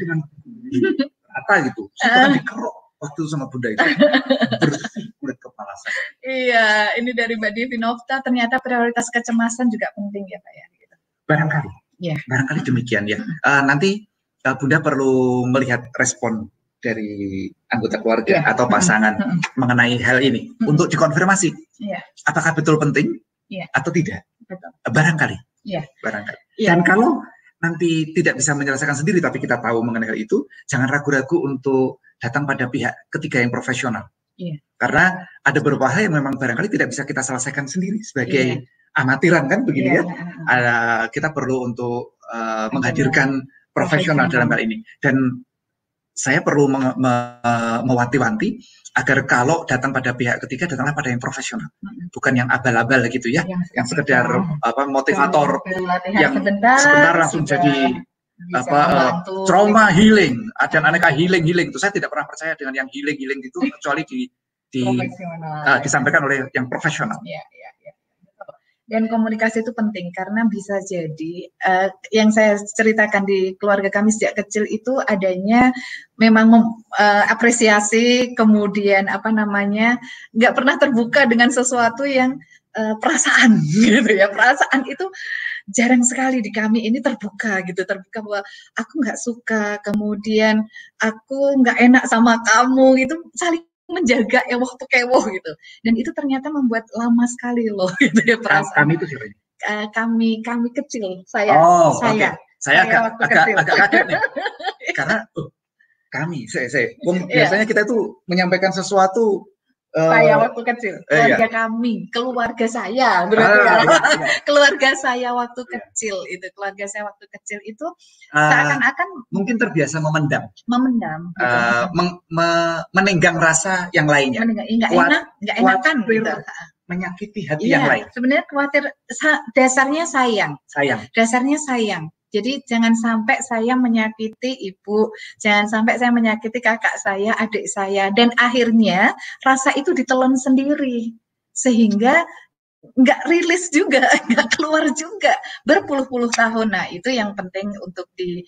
Rata gitu, saya pernah dikerok waktu sama Bunda itu, bersih kulit kepala kecemasan. Iya, ini dari Mbak Devinofta, ternyata prioritas kecemasan juga penting ya Pak ya. Gitu. Barangkali, barangkali demikian ya. Nanti Bunda perlu melihat respon dari anggota keluarga atau pasangan mengenai hal ini untuk dikonfirmasi apakah betul penting atau tidak. Betul. Barangkali. Barangkali. Dan kalau nanti tidak bisa menyelesaikan sendiri tapi kita tahu mengenai hal itu, jangan ragu-ragu untuk datang pada pihak ketiga yang profesional. Karena ada beberapa hal yang memang barangkali tidak bisa kita selesaikan sendiri sebagai amatiran kan begini ya. Kita perlu untuk menghadirkan profesional dalam hal ini. Dan saya perlu mewanti-wanti agar kalau datang pada pihak ketiga, datanglah pada yang profesional, bukan yang abal-abal gitu ya, yang sekedar motivator yang sebentar langsung jadi trauma healing, dan aneka healing itu. Saya tidak pernah percaya dengan yang healing itu kecuali disampaikan oleh yang profesional. Dan komunikasi itu penting karena bisa jadi yang saya ceritakan di keluarga kami sejak kecil itu adanya memang apresiasi, kemudian nggak pernah terbuka dengan sesuatu yang perasaan gitu ya. Perasaan itu jarang sekali di kami ini terbuka bahwa aku nggak suka, kemudian aku nggak enak sama kamu gitu, saling menjaga ya waktu kewoh gitu, dan itu ternyata membuat lama sekali loh gitu ya perasaan. Kami itu siapa? Kami kecil, saya agak kaget nih karena kami biasanya kita itu menyampaikan sesuatu saya waktu kecil, keluarga saya berarti keluarga saya waktu kecil itu, seakan-akan mungkin terbiasa memendam, gitu. menenggang rasa yang lainnya, nggak enakan gitu. Menyakiti hati yang lain. Sebenarnya khawatir, dasarnya sayang. Jadi jangan sampai saya menyakiti ibu, jangan sampai saya menyakiti kakak saya, adik saya, dan akhirnya rasa itu ditelan sendiri, sehingga nggak rilis juga, nggak keluar juga berpuluh-puluh tahun. Nah itu yang penting untuk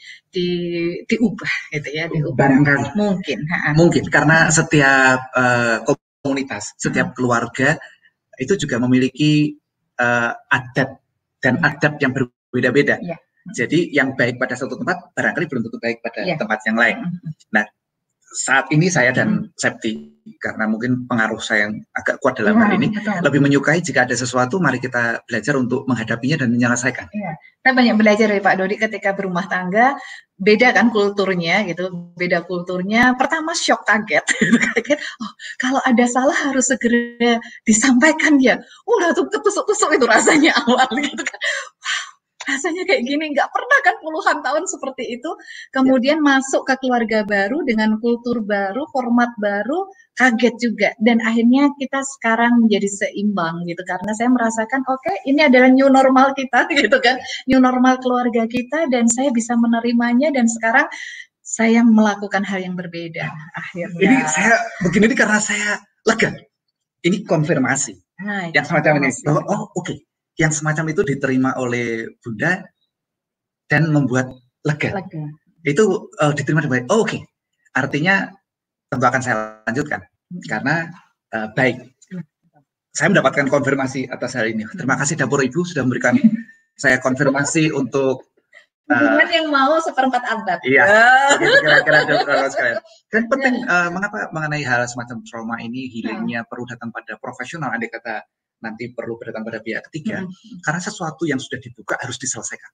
diubah, gitu ya, Barangkali. Mungkin karena setiap komunitas, setiap keluarga itu juga memiliki adat dan adab yang berbeda-beda. Jadi yang baik pada satu tempat barangkali belum tentu baik pada tempat yang lain. Nah, saat ini saya dan Septi, karena mungkin pengaruh saya yang agak kuat dalam hal ini, lebih menyukai jika ada sesuatu, mari kita belajar untuk menghadapinya dan menyelesaikan. Saya banyak belajar dari Pak Dodi ketika berumah tangga, beda kan kulturnya gitu, pertama shock, kaget, oh kalau ada salah harus segera disampaikan ya, udah tuh ketusuk-tusuk itu rasanya awal gitu kan. Rasanya kayak gini, nggak pernah kan puluhan tahun seperti itu, kemudian masuk ke keluarga baru dengan kultur baru, format baru, kaget juga, dan akhirnya kita sekarang menjadi seimbang gitu, karena saya merasakan ini adalah new normal kita gitu kan, new normal keluarga kita, dan saya bisa menerimanya, dan sekarang saya melakukan hal yang berbeda akhirnya. Ini saya begini karena saya lega, ini konfirmasi yang semacam ini, bahwa yang semacam itu diterima oleh Bunda dan membuat lega. Itu diterima dengan baik. Oke. Artinya tentu akan saya lanjutkan karena baik. Saya mendapatkan konfirmasi atas hal ini. Terima kasih Dapur Ibu sudah memberikan saya konfirmasi untuk yang mau seperempat abad. Iya. Kira-kira sekalian. Dan penting mengapa mengenai hal semacam trauma ini healingnya perlu datang pada profesional, andai kata nanti perlu berdatang pada pihak ketiga, karena sesuatu yang sudah dibuka harus diselesaikan.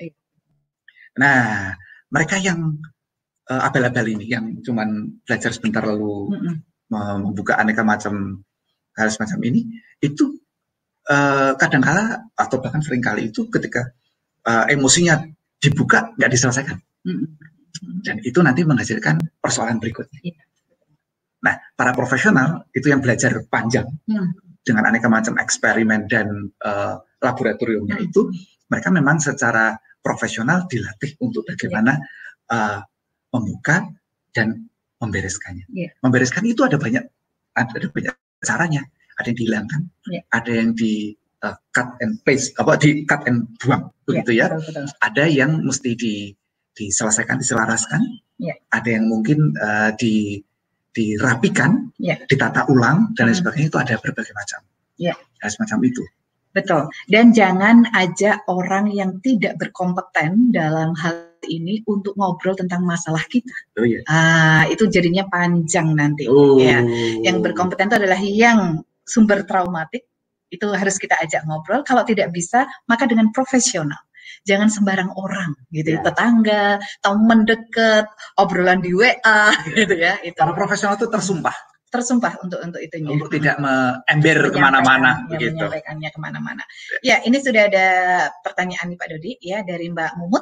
Nah, mereka yang abal-abal ini, yang cuman belajar sebentar lalu membuka aneka macam hal semacam ini, itu kadangkala atau bahkan seringkali itu ketika emosinya dibuka nggak diselesaikan, dan itu nanti menghasilkan persoalan berikutnya. Nah, para profesional itu yang belajar panjang. Dengan aneka macam eksperimen dan laboratoriumnya itu, mereka memang secara profesional dilatih untuk bagaimana membuka dan membereskannya. Membereskan itu ada banyak caranya. Ada yang dihilangkan, ada yang di cut and paste, di cut and buang, begitu ya. Betul. Ada yang mesti diselesaikan, diselaraskan. Ada yang mungkin dirapikan, ditata ulang dan lain sebagainya, itu ada berbagai macam. Semacam itu. Betul. Dan jangan ajak orang yang tidak berkompeten dalam hal ini untuk ngobrol tentang masalah kita. Itu jadinya panjang nanti. Ya. Yang berkompeten itu adalah yang sumber traumatik, itu harus kita ajak ngobrol. Kalau tidak bisa, maka dengan profesional. Jangan sembarang orang, gitu ya. Tetangga, teman dekat, obrolan di WA, gitu ya. Kalau profesional itu tersumpah untuk itunya, untuk tidak ember kemana-mana, begitu. Menyampaikannya kemana-mana. Ya, ini sudah ada pertanyaan nih Pak Dodi, ya, dari Mbak Mumut.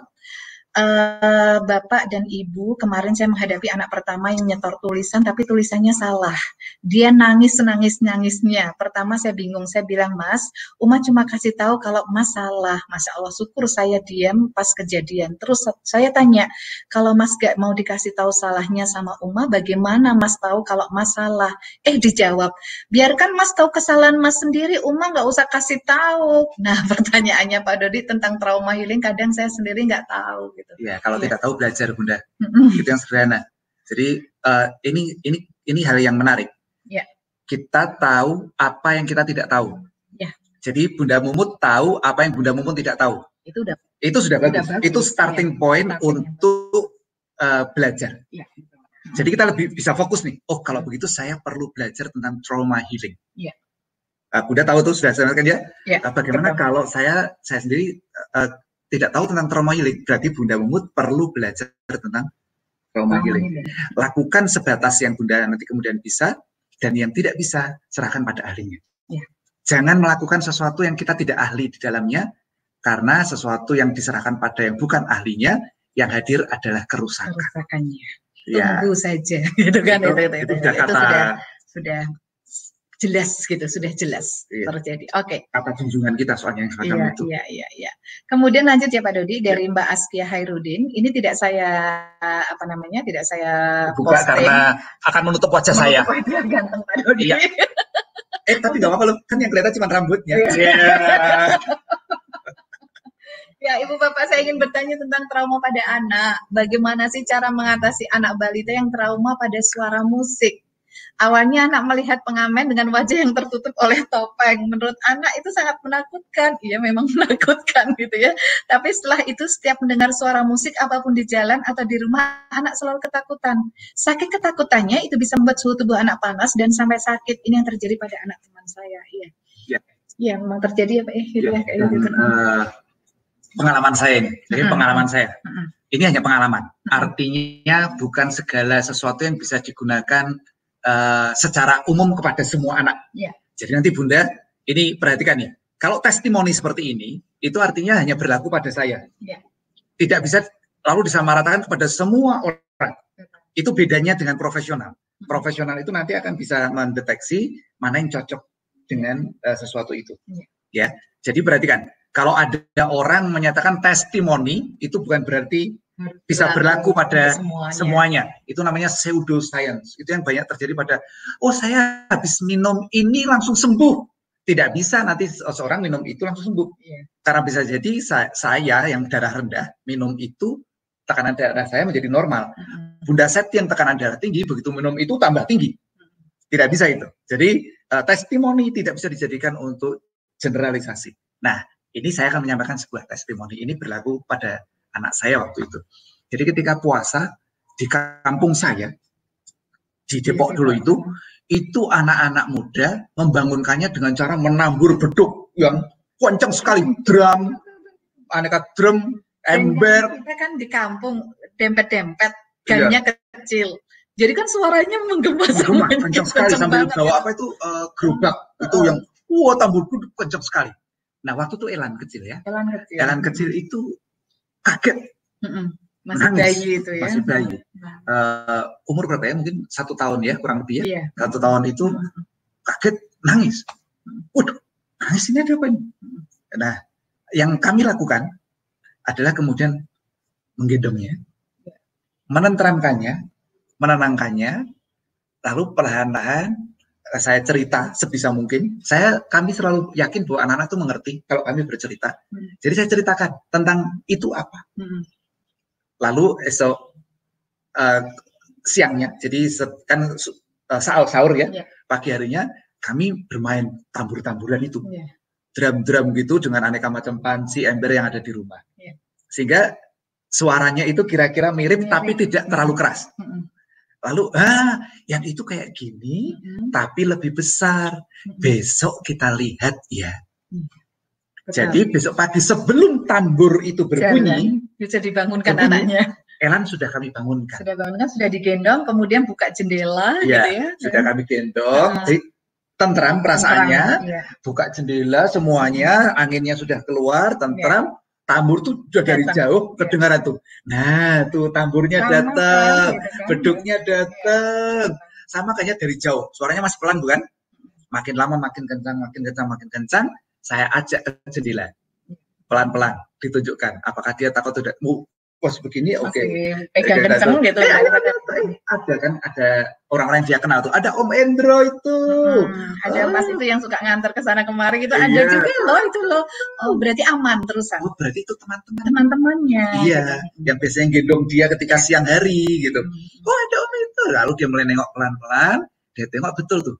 Bapak dan Ibu, kemarin saya menghadapi anak pertama yang nyetor tulisan tapi tulisannya salah. Dia nangis senangis-nangisnya. Pertama saya bingung, saya bilang, Mas, Uma cuma kasih tahu kalau Mas salah. Masya Allah, syukur saya diam pas kejadian. Terus saya tanya, kalau Mas gak mau dikasih tahu salahnya sama Uma, bagaimana Mas tahu kalau Mas salah? Dijawab, biarkan Mas tahu kesalahan Mas sendiri, Uma gak usah kasih tahu. Nah, pertanyaannya Pak Dodi tentang trauma healing, kadang saya sendiri nggak tahu. Gitu. Ya, kalau tidak tahu belajar Bunda, itu yang sederhana. Jadi ini hal yang menarik. Kita tahu apa yang kita tidak tahu. Jadi Bunda Mumut tahu apa yang Bunda Mumut tidak tahu. Itu sudah bagus. Itu starting point untuk belajar. Jadi kita lebih bisa fokus nih. Oh, kalau begitu saya perlu belajar tentang trauma healing. Bunda tahu tuh sudah jelaskan ya. Bagaimana kalau saya sendiri tidak tahu tentang trauma healing, berarti Bunda Mumut perlu belajar tentang trauma healing. Lakukan sebatas yang Bunda nanti kemudian bisa, dan yang tidak bisa serahkan pada ahlinya. Jangan melakukan sesuatu yang kita tidak ahli di dalamnya, karena sesuatu yang diserahkan pada yang bukan ahlinya, yang hadir adalah kerusakannya. Tunggu saja, gitu kan? Itu sudah jelas gitu, sudah jelas terjadi. Kata junjungan kita soalnya yang semacam itu. Iya. Kemudian lanjut ya Pak Dodi, dari Mbak Askia Hairudin. Ini tidak saya tidak saya buka posting karena akan menutup wajah saya. Wajah ganteng Pak Dodi. Tapi nggak apa-apa loh, kan yang kelihatan cuma rambutnya. Ya, Ibu Bapak, saya ingin bertanya tentang trauma pada anak. Bagaimana sih cara mengatasi anak balita yang trauma pada suara musik? Awalnya anak melihat pengamen dengan wajah yang tertutup oleh topeng. Menurut anak itu sangat menakutkan. Iya, memang menakutkan gitu ya. Tapi setelah itu setiap mendengar suara musik apapun di jalan atau di rumah, anak selalu ketakutan. Saking ketakutannya itu bisa membuat suhu tubuh anak panas dan sampai sakit. Ini yang terjadi pada anak teman saya. Iya, memang terjadi ya Pak. Pengalaman saya ini. Jadi pengalaman saya. Ini hanya pengalaman. Artinya bukan segala sesuatu yang bisa digunakan secara umum kepada semua anak. Jadi nanti Bunda, ini perhatikan ya. Kalau testimoni seperti ini, itu artinya hanya berlaku pada saya. Tidak bisa lalu disamaratakan kepada semua orang. Itu bedanya dengan profesional. Profesional itu nanti akan bisa mendeteksi mana yang cocok dengan sesuatu itu. Ya, jadi perhatikan. Kalau ada orang menyatakan testimoni, itu bukan berarti bisa berlaku pada semuanya. Itu namanya pseudoscience. Itu yang banyak terjadi pada, saya habis minum ini langsung sembuh. Tidak bisa nanti seorang minum itu langsung sembuh. Karena bisa jadi saya yang darah rendah, minum itu, tekanan darah saya menjadi normal. Bunda Septi yang tekanan darah tinggi, begitu minum itu tambah tinggi. Tidak bisa itu. Jadi testimoni tidak bisa dijadikan untuk generalisasi. Nah, ini saya akan menyampaikan sebuah testimoni. Ini berlaku pada anak saya waktu itu. Jadi ketika puasa di kampung saya, di Depok dulu itu anak-anak muda membangunkannya dengan cara menambur beduk yang kencang sekali, drum, aneka drum, ember. Kita kan di kampung dempet-dempet, gangnya kecil. Jadi kan suaranya menggema kencang sekali sambil bawa apa itu gerobak itu yang tambur beduk kencang sekali. Nah waktu itu Elan kecil ya. Elan kecil itu kaget. Masih bayi itu ya. Masih bayi. Umur berapa ya? Mungkin 1 tahun ya, kurang lebih ya. 1 tahun itu kaget, nangis. Waduh, nangis ini ada apa ini? Nah, yang kami lakukan adalah kemudian menggendongnya, menenteramkannya, menenangkannya, lalu perlahan-lahan saya cerita sebisa mungkin. Kami selalu yakin bahwa anak-anak itu mengerti kalau kami bercerita. Jadi saya ceritakan tentang itu apa. Lalu esok siangnya, jadi kan sahur ya, pagi harinya kami bermain tambur-tamburan itu, drum-drum gitu dengan aneka macam panci, ember yang ada di rumah, sehingga suaranya itu kira-kira mirip tapi tidak terlalu keras. Lalu, yang itu kayak gini, tapi lebih besar. Besok kita lihat ya. Jadi besok pagi sebelum tambur itu berbunyi, bisa dibangunkan anaknya. Elan sudah kami bangunkan. Sudah bangunkan, sudah digendong, kemudian buka jendela, gitu ya. Sudah kami gendong, tentram perasaannya, buka jendela semuanya, anginnya sudah keluar, tentram. Tambur tuh sudah dari jauh kedengaran tuh. Nah, tuh tamburnya datang, beduknya datang. Sama kayaknya dari jauh. Suaranya masih pelan bukan? Makin lama makin kencang, makin kencang, makin kencang. Saya ajak ke jendela. Pelan-pelan ditunjukkan apakah dia takut atau tidak. Pos begini oke. Pegang kencang gitu. Ada kan, ada orang-orang yang dia kenal tuh. Ada Om Endro itu. Ada Mas itu yang suka nganter ke sana kemari gitu. Ada juga loh itu loh. Oh, berarti aman terusan. Oh, berarti itu teman-temannya. Iya, yang biasanya gendong dia ketika siang hari gitu. Oh, ada Om itu. Lalu dia mulai nengok pelan-pelan. Dia tengok betul tuh.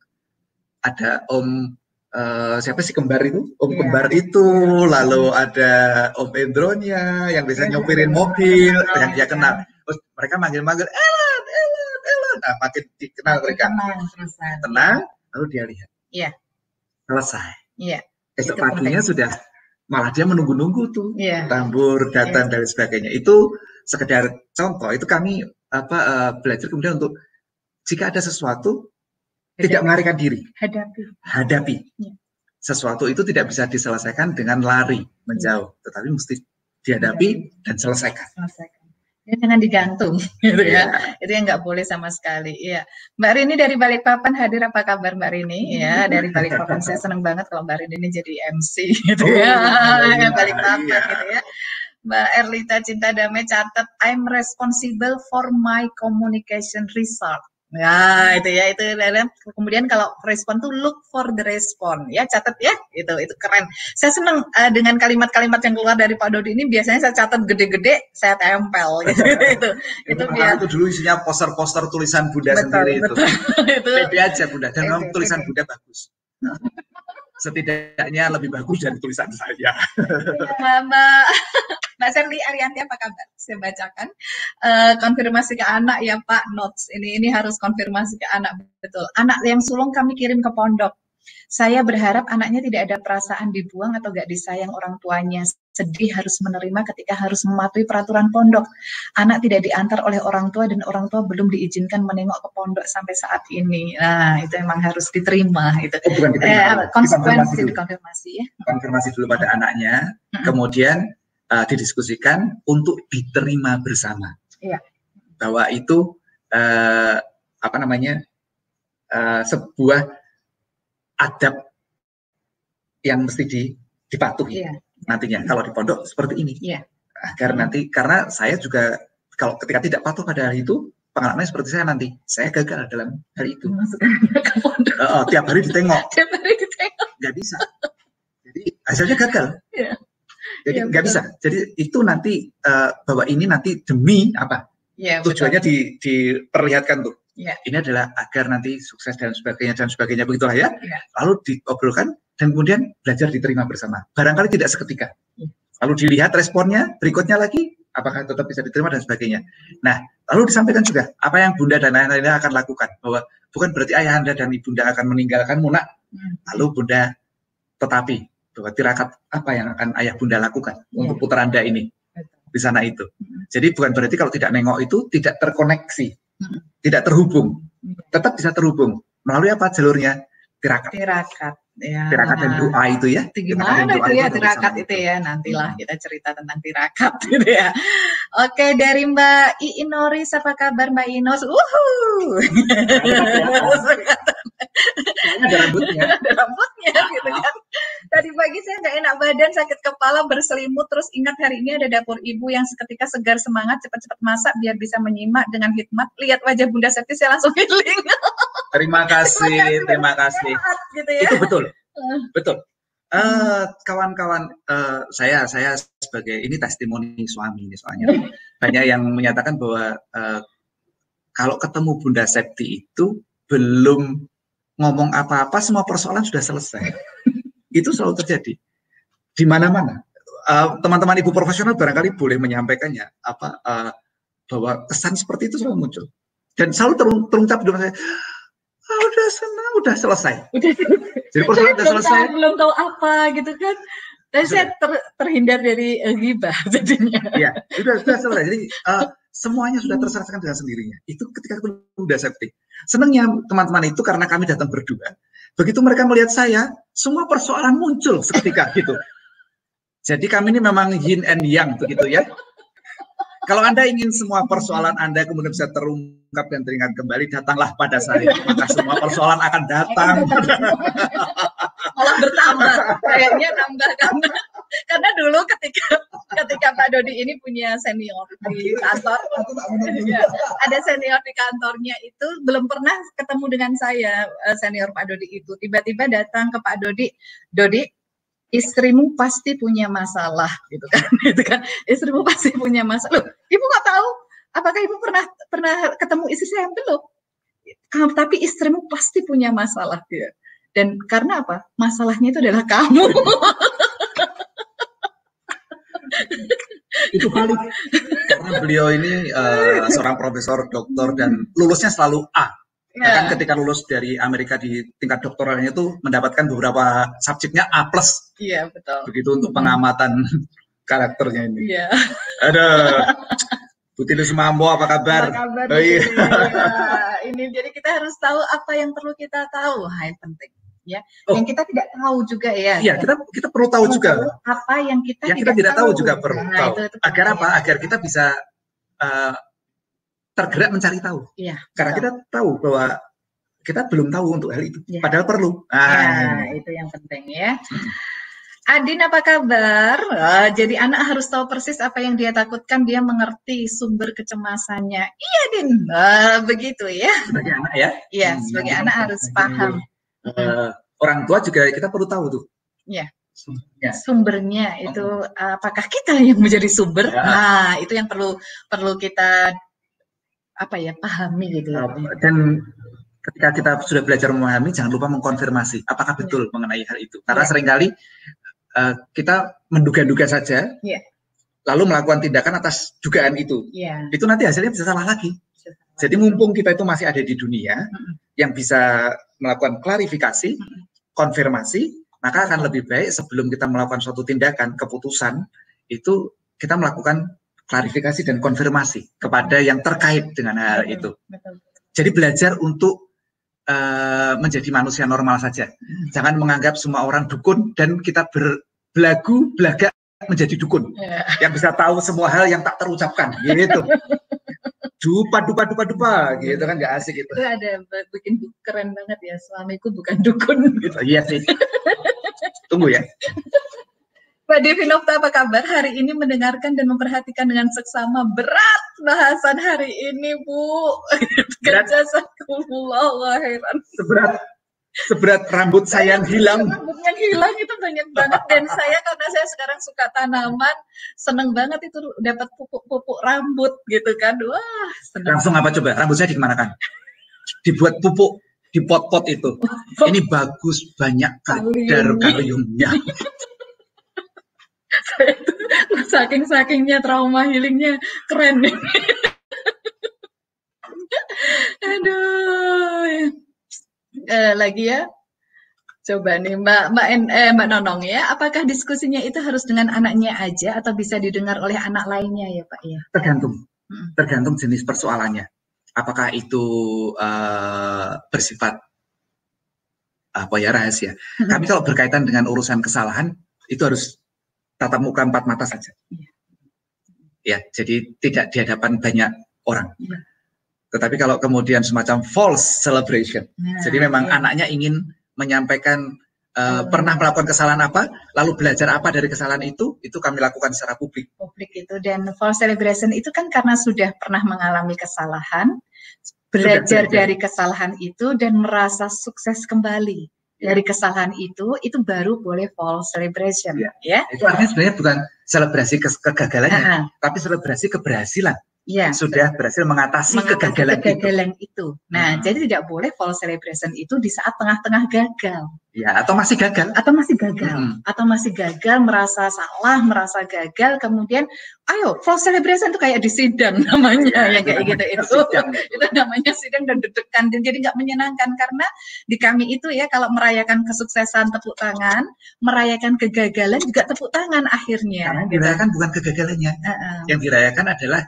Ada Om siapa sih kembar itu? Om kembar itu, lalu ada Om Endronya yang biasanya nyopirin mobil, yang dia kenal. Terus mereka manggil-manggil, Elan. Nah, makin dikenal mereka. Tenang, lalu dia lihat. Iya. Selesai. Iya. Esok paginya sudah, malah dia menunggu-nunggu tuh. Tambur, datang, dan sebagainya. Itu sekedar contoh, itu kami belajar kemudian untuk jika ada sesuatu, tidak melarikan diri. Hadapi. Sesuatu itu tidak bisa diselesaikan dengan lari, menjauh. Tetapi mesti dihadapi dan selesaikan. Jangan digantung, gitu ya. Itu yang nggak boleh sama sekali. Iya. Mbak Rini dari Balikpapan hadir, apa kabar Mbak Rini? Ya, dari Balikpapan. Saya senang banget kalau Mbak Rini ini jadi MC, gitu ya. Balikpapan, gitu ya. Mbak Erlita Cinta Damai catat, I'm responsible for my communication result. Ya, itu ya, itu dalam. Kemudian kalau respon tuh look for the respond, ya catat ya, itu keren. Saya senang dengan kalimat-kalimat yang keluar dari Pak Dodi ini, biasanya saya catat gede-gede, saya tempel gitu. itu biar. Itu dulu isinya poster-poster tulisan Bunda sendiri itu. Pede aja Bunda, dan memang tulisan Bunda bagus. Setidaknya lebih bagus dari tulisan saya. Ya, Mbak Serli Arianti, apa kabar? Saya bacakan. Konfirmasi ke anak ya Pak, notes. Ini harus konfirmasi ke anak, betul. Anak yang sulung kami kirim ke pondok. Saya berharap anaknya tidak ada perasaan dibuang atau gak disayang orang tuanya. Sedih harus menerima ketika harus mematuhi peraturan pondok. Anak tidak diantar oleh orang tua dan orang tua belum diizinkan menengok ke pondok sampai saat ini. Nah, itu memang harus diterima. Itu. Bukan diterima. Konsekuensi dikonfirmasi ya. Konfirmasi dulu pada anaknya, kemudian didiskusikan untuk diterima bersama. Iya. Bahwa itu sebuah adab yang mesti dipatuhi nantinya kalau di pondok seperti ini. Agar nanti, karena saya juga kalau ketika tidak patuh pada hal itu, pengalamannya seperti saya nanti, saya gagal dalam hal itu. Tiap hari ditengok. Nggak bisa. Jadi hasilnya gagal. Jadi nggak bisa. Jadi itu nanti bahwa ini nanti demi apa? Tujuannya diperlihatkan tuh. Ini adalah agar nanti sukses dan sebagainya begitulah ya. Lalu diobrolkan dan kemudian belajar diterima bersama. Barangkali tidak seketika. Lalu dilihat responnya berikutnya lagi, apakah tetap bisa diterima dan sebagainya. Nah, lalu disampaikan juga apa yang Bunda dan ayah akan lakukan, bahwa bukan berarti ayahanda dan ibunda akan meninggalkanmu nak. Lalu Bunda tetapi bahwa tirakat apa yang akan ayah Bunda lakukan untuk putra Anda ini di sana itu. Jadi bukan berarti kalau tidak nengok itu tidak terkoneksi, tidak terhubung, tetap bisa terhubung melalui apa jalurnya tirakat. Tirakat dan doa itu ya. Gimana itu ya tirakat itu ya, nantilah kita cerita tentang tirakat gitu ya. Oke, dari Mbak Iinoris, apa kabar Mbak Inos? Ada rambutnya. Ada rambutnya gitu kan. Tadi pagi saya nggak enak badan, sakit kepala, berselimut, terus ingat hari ini ada dapur ibu yang seketika segar semangat, cepat-cepat masak biar bisa menyimak dengan hikmat. Lihat wajah Bunda Septi, saya langsung healing. Terima kasih. Gitu ya. Itu betul. Kawan-kawan, saya sebagai ini testimoni suami ini soalnya banyak yang menyatakan bahwa kalau ketemu Bunda Septi itu belum ngomong apa-apa, semua persoalan sudah selesai. Itu selalu terjadi di mana-mana. Teman-teman ibu profesional barangkali boleh menyampaikannya bahwa kesan seperti itu selalu muncul dan selalu terungkap di saya. Udah senang, udah selesai. Jadi persoalan udah selesai. Belum tahu apa gitu kan. Dan saya terhindar dari ghibah jadinya. Iya, sudah selesai. Jadi semuanya sudah terselesaikan dengan sendirinya. Itu ketika udah safety. Senangnya teman-teman itu karena kami datang berdua. Begitu mereka melihat saya, semua persoalan muncul seketika gitu. Jadi kami ini memang yin and yang begitu ya. Kalau Anda ingin semua persoalan Anda kemudian bisa terungkap dan teringat kembali, datanglah pada saya. Maka semua persoalan akan datang. Malah bertambah, kayaknya nambah karena dulu ketika Pak Dodi ini punya senior di kantor, ya, ada senior di kantornya itu belum pernah ketemu dengan saya, senior Pak Dodi itu tiba-tiba datang ke Pak Dodi, Dodi, istrimu pasti punya masalah gitu kan, itu kan, istrimu pasti punya masalah. Loh, ibu nggak tahu apakah ibu pernah ketemu istri saya? Belum, tapi istrimu pasti punya masalah dia. Dan karena apa? Masalahnya itu adalah kamu. Itu valid. Karena beliau ini seorang profesor, doktor, dan lulusnya selalu A. Bahkan ketika lulus dari Amerika di tingkat doktoralnya itu mendapatkan beberapa subjeknya A+. Iya, betul. Begitu untuk pengamatan karakternya ini. Iya. Ada Bu Tinus Mambo, apa kabar? Apa kabar? Oh, iya. Ini jadi kita harus tahu apa yang perlu kita tahu. Yang penting. Ya, yang kita tidak tahu juga ya. Iya, kita perlu tahu juga. Apa yang kita tidak tahu juga perlu tahu. Itu agar apa? Agar kita bisa tergerak mencari tahu. Iya. Karena kita tahu bahwa kita belum tahu untuk hal itu. Ya. Padahal perlu. Itu yang penting ya. Adin, apa kabar? Jadi anak harus tahu persis apa yang dia takutkan, dia mengerti sumber kecemasannya. Iya, Din. Begitu ya. Sebagai anak ya? Iya, sebagai anak harus paham. Orang tua juga kita perlu tahu tuh. Ya. Sumbernya itu apakah kita yang menjadi sumber? Ya. Nah, itu yang perlu kita pahami gitu. Dan ketika kita sudah belajar memahami, jangan lupa mengkonfirmasi apakah betul mengenai hal itu. Karena seringkali kita menduga-duga saja, lalu melakukan tindakan atas dugaan itu. Itu nanti hasilnya bisa salah lagi. Jadi mumpung kita itu masih ada di dunia yang bisa melakukan klarifikasi, konfirmasi, maka akan lebih baik sebelum kita melakukan suatu tindakan, keputusan, itu kita melakukan klarifikasi dan konfirmasi kepada yang terkait dengan hal itu. Jadi belajar untuk menjadi manusia normal saja. Jangan menganggap semua orang dukun dan kita belagu-belaga menjadi dukun. Yang bisa tahu semua hal yang tak terucapkan, gitu. Dupa gitu kan, nggak asik itu. Itu ada bikin keren banget ya, suamiku bukan dukun gitu. Iya sih. Tunggu ya. Pak Devinofta, apa kabar? Hari ini mendengarkan dan memperhatikan dengan seksama. Berat bahasan hari ini, Bu. Jazakumullah khairan. Seberat rambut saya yang hilang. Rambut yang hilang itu banyak banget. Dan saya, karena saya sekarang suka tanaman, seneng banget itu dapat pupuk rambut gitu kan. Wah, seneng. Langsung apa coba? Rambut saya dikemanakan? Dibuat pupuk di pot-pot itu. Ini bagus, banyak kadar kaliumnya. Saking-sakingnya trauma healingnya keren nih. Aduh. Lagi ya, coba nih Mbak Nonong ya, apakah diskusinya itu harus dengan anaknya aja atau bisa didengar oleh anak lainnya ya Pak ya? Tergantung jenis persoalannya. Apakah itu bersifat rahasia? Kami kalau berkaitan dengan urusan kesalahan itu harus tatap muka 4 mata saja. Ya, jadi tidak di hadapan banyak orang. Tetapi kalau kemudian semacam false celebration, jadi memang anaknya ingin menyampaikan pernah melakukan kesalahan apa, lalu belajar apa dari kesalahan itu kami lakukan secara publik. Publik itu, dan false celebration itu kan karena sudah pernah mengalami kesalahan, belajar dari kesalahan itu dan merasa sukses kembali dari kesalahan itu baru boleh false celebration. Ya. Itu artinya sebenarnya bukan selebrasi kegagalannya, tapi selebrasi keberhasilan. ya, sudah berhasil mengatasi kegagalan itu. Nah, jadi tidak boleh false celebration itu di saat tengah-tengah gagal. Ya, atau masih gagal. Atau masih gagal, merasa salah, merasa gagal, kemudian ayo false celebration itu kayak di sidang namanya, ya kayak gitu itu namanya sidang dan deg-degan, dan jadi nggak menyenangkan, karena di kami itu ya kalau merayakan kesuksesan tepuk tangan, merayakan kegagalan juga tepuk tangan akhirnya. Karena dirayakan bukan kegagalannya, yang dirayakan adalah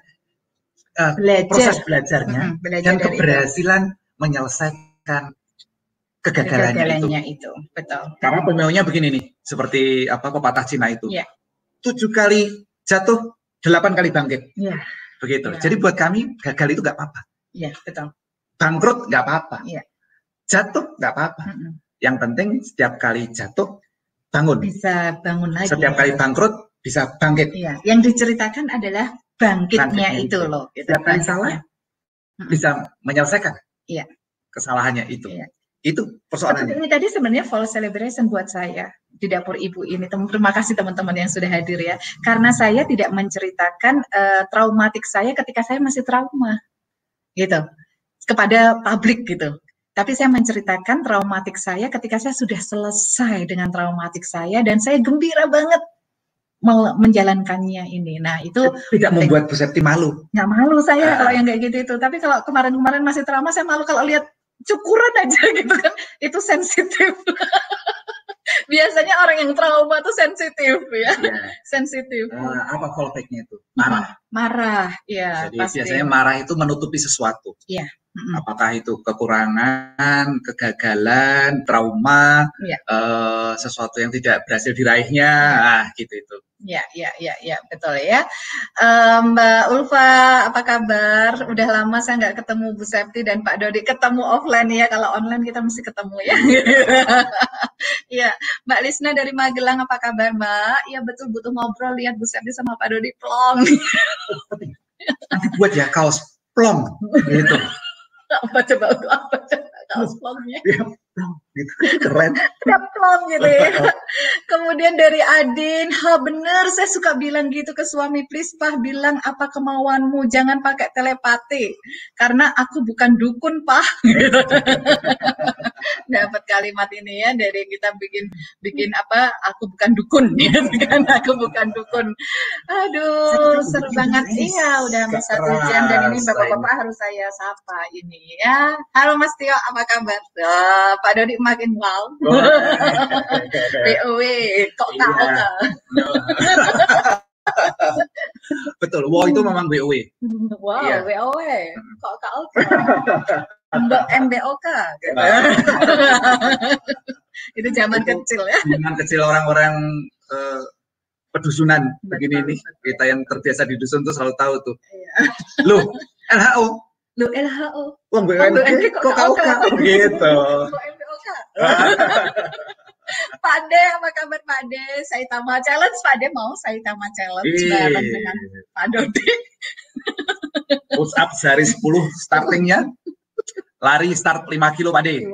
proses belajarnya dan keberhasilan menyelesaikan kegagalannya itu. Betul. Karena pemaunya begini nih, seperti apa pepatah Cina itu. 7 kali jatuh, 8 kali bangkit. Begitu. Jadi buat kami gagal itu nggak apa-apa. Betul. Bangkrut nggak apa-apa. Jatuh nggak apa-apa. Yang penting setiap kali jatuh bangun. Bisa bangun lagi. Setiap kali bangkrut bisa bangkit. Yang diceritakan adalah bangkitnya itu loh. Setiap kali salah bisa menyelesaikan kesalahannya itu. Itu persoalannya. Ini tadi sebenarnya false celebration buat saya di dapur ibu ini. Terima kasih teman-teman yang sudah hadir ya. Karena saya tidak menceritakan traumatik saya ketika saya masih trauma, gitu, kepada publik gitu. Tapi saya menceritakan traumatik saya ketika saya sudah selesai dengan traumatik saya dan saya gembira banget menjalankannya ini. Nah, itu tidak membuat Bu Septi malu. Nggak malu saya kalau yang kayak gitu itu. Tapi kalau kemarin-kemarin masih trauma, saya malu kalau lihat cukuran aja gitu kan. Itu sensitif. Biasanya orang yang trauma tuh sensitif ya. Sensitif. Apa fallback-nya itu? Marah, ya. Jadi pasti. Biasanya marah itu menutupi sesuatu. Apakah itu kekurangan, kegagalan, trauma, sesuatu yang tidak berhasil diraihnya, gitu itu. Ya, betul ya. Mbak Ulfa, apa kabar? Udah lama saya nggak ketemu Bu Septi dan Pak Dodi. Ketemu offline ya, kalau online kita mesti ketemu ya. Ya, Mbak Lisna dari Magelang, apa kabar Mbak? Ya betul, butuh ngobrol, lihat Bu Septi sama Pak Dodi plong. Nanti buat ya kaos plong, gitu. Apa coba kaos plongnya? Ya, plong, gitu. Keren. Plong gitu ya. Kemudian dari Adin, bener, saya suka bilang gitu ke suami, please Pak, bilang apa kemauanmu, jangan pakai telepati, karena aku bukan dukun Pak. Gitu. Dapat kalimat ini ya dari kita bikin apa, aku bukan dukun, gitu kan, aku bukan dukun. Aduh, seru banget. Iya, udah hampir 1 jam dan ini bapak-bapak harus saya sapa ini ya. Halo Mas Tio, apa kabar? Pak Dodi makin wow. BOW, kok tahu kan? Betul, wow itu memang BOW. Wow, iya. BOW, kok tahu MBOK. Gitu. Itu zaman kecil ya. Zaman kecil orang-orang pedusunan begini nih. Kita yang terbiasa di dusun tuh selalu tahu tuh. Iya. Loh, LHO. Loh, LHO. Wong BUMD kok tahu kan? Gitu. Kok MBOK. Pak De, apa kabar Pak De? Saitama Challenge, Pak De mau Saitama Challenge bareng dengan Pak Dodi. Push up sehari 10 startingnya. Lari start 5 kilo Pak De.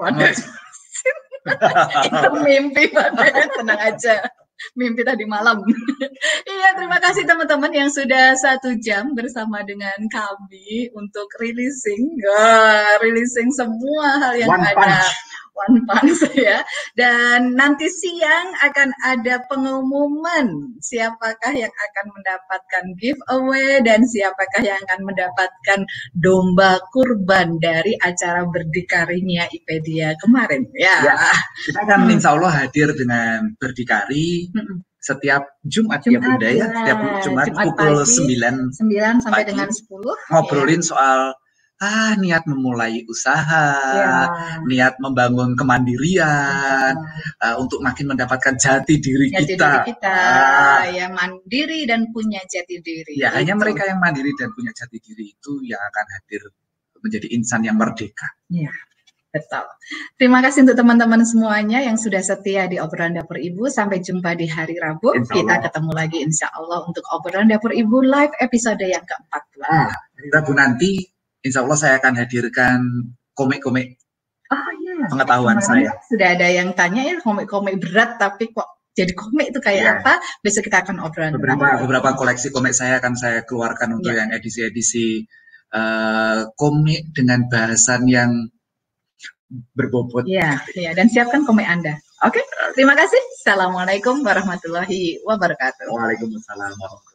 Itu mimpi Pak De, tenang aja. Mimpi tadi malam. Iya, terima kasih teman-teman yang sudah 1 jam bersama dengan kami untuk releasing semua hal yang ada. One Punch ya. Dan nanti siang akan ada pengumuman siapakah yang akan mendapatkan giveaway dan siapakah yang akan mendapatkan domba kurban dari acara berdikarinya IPedia kemarin ya. Kita akan insya Allah hadir dengan berdikari setiap Jumat ya Bunda ya. Setiap Jumat pukul 9 sampai dengan 10 ngobrolin soal niat memulai usaha, niat membangun kemandirian, untuk makin mendapatkan jati diri kita. Ya, mandiri dan punya jati diri. Ya, hanya mereka yang mandiri dan punya jati diri itu yang akan hadir menjadi insan yang merdeka. Ya, betul. Terima kasih untuk teman-teman semuanya yang sudah setia di obrolan dapur ibu. Sampai jumpa di hari Rabu. Kita ketemu lagi insya Allah untuk obrolan dapur ibu live episode yang ke-14. Hari Rabu nanti insya Allah saya akan hadirkan komik-komik pengetahuan saya. Sudah ada yang tanya ya komik-komik berat tapi kok jadi komik itu kayak apa, besok kita akan obrolan. Beberapa koleksi komik saya akan saya keluarkan untuk yang edisi-edisi komik dengan bahasan yang berbobot. Dan siapkan komik Anda. Oke, terima kasih. Assalamualaikum warahmatullahi wabarakatuh. Waalaikumsalam warahmatullahi wabarakatuh.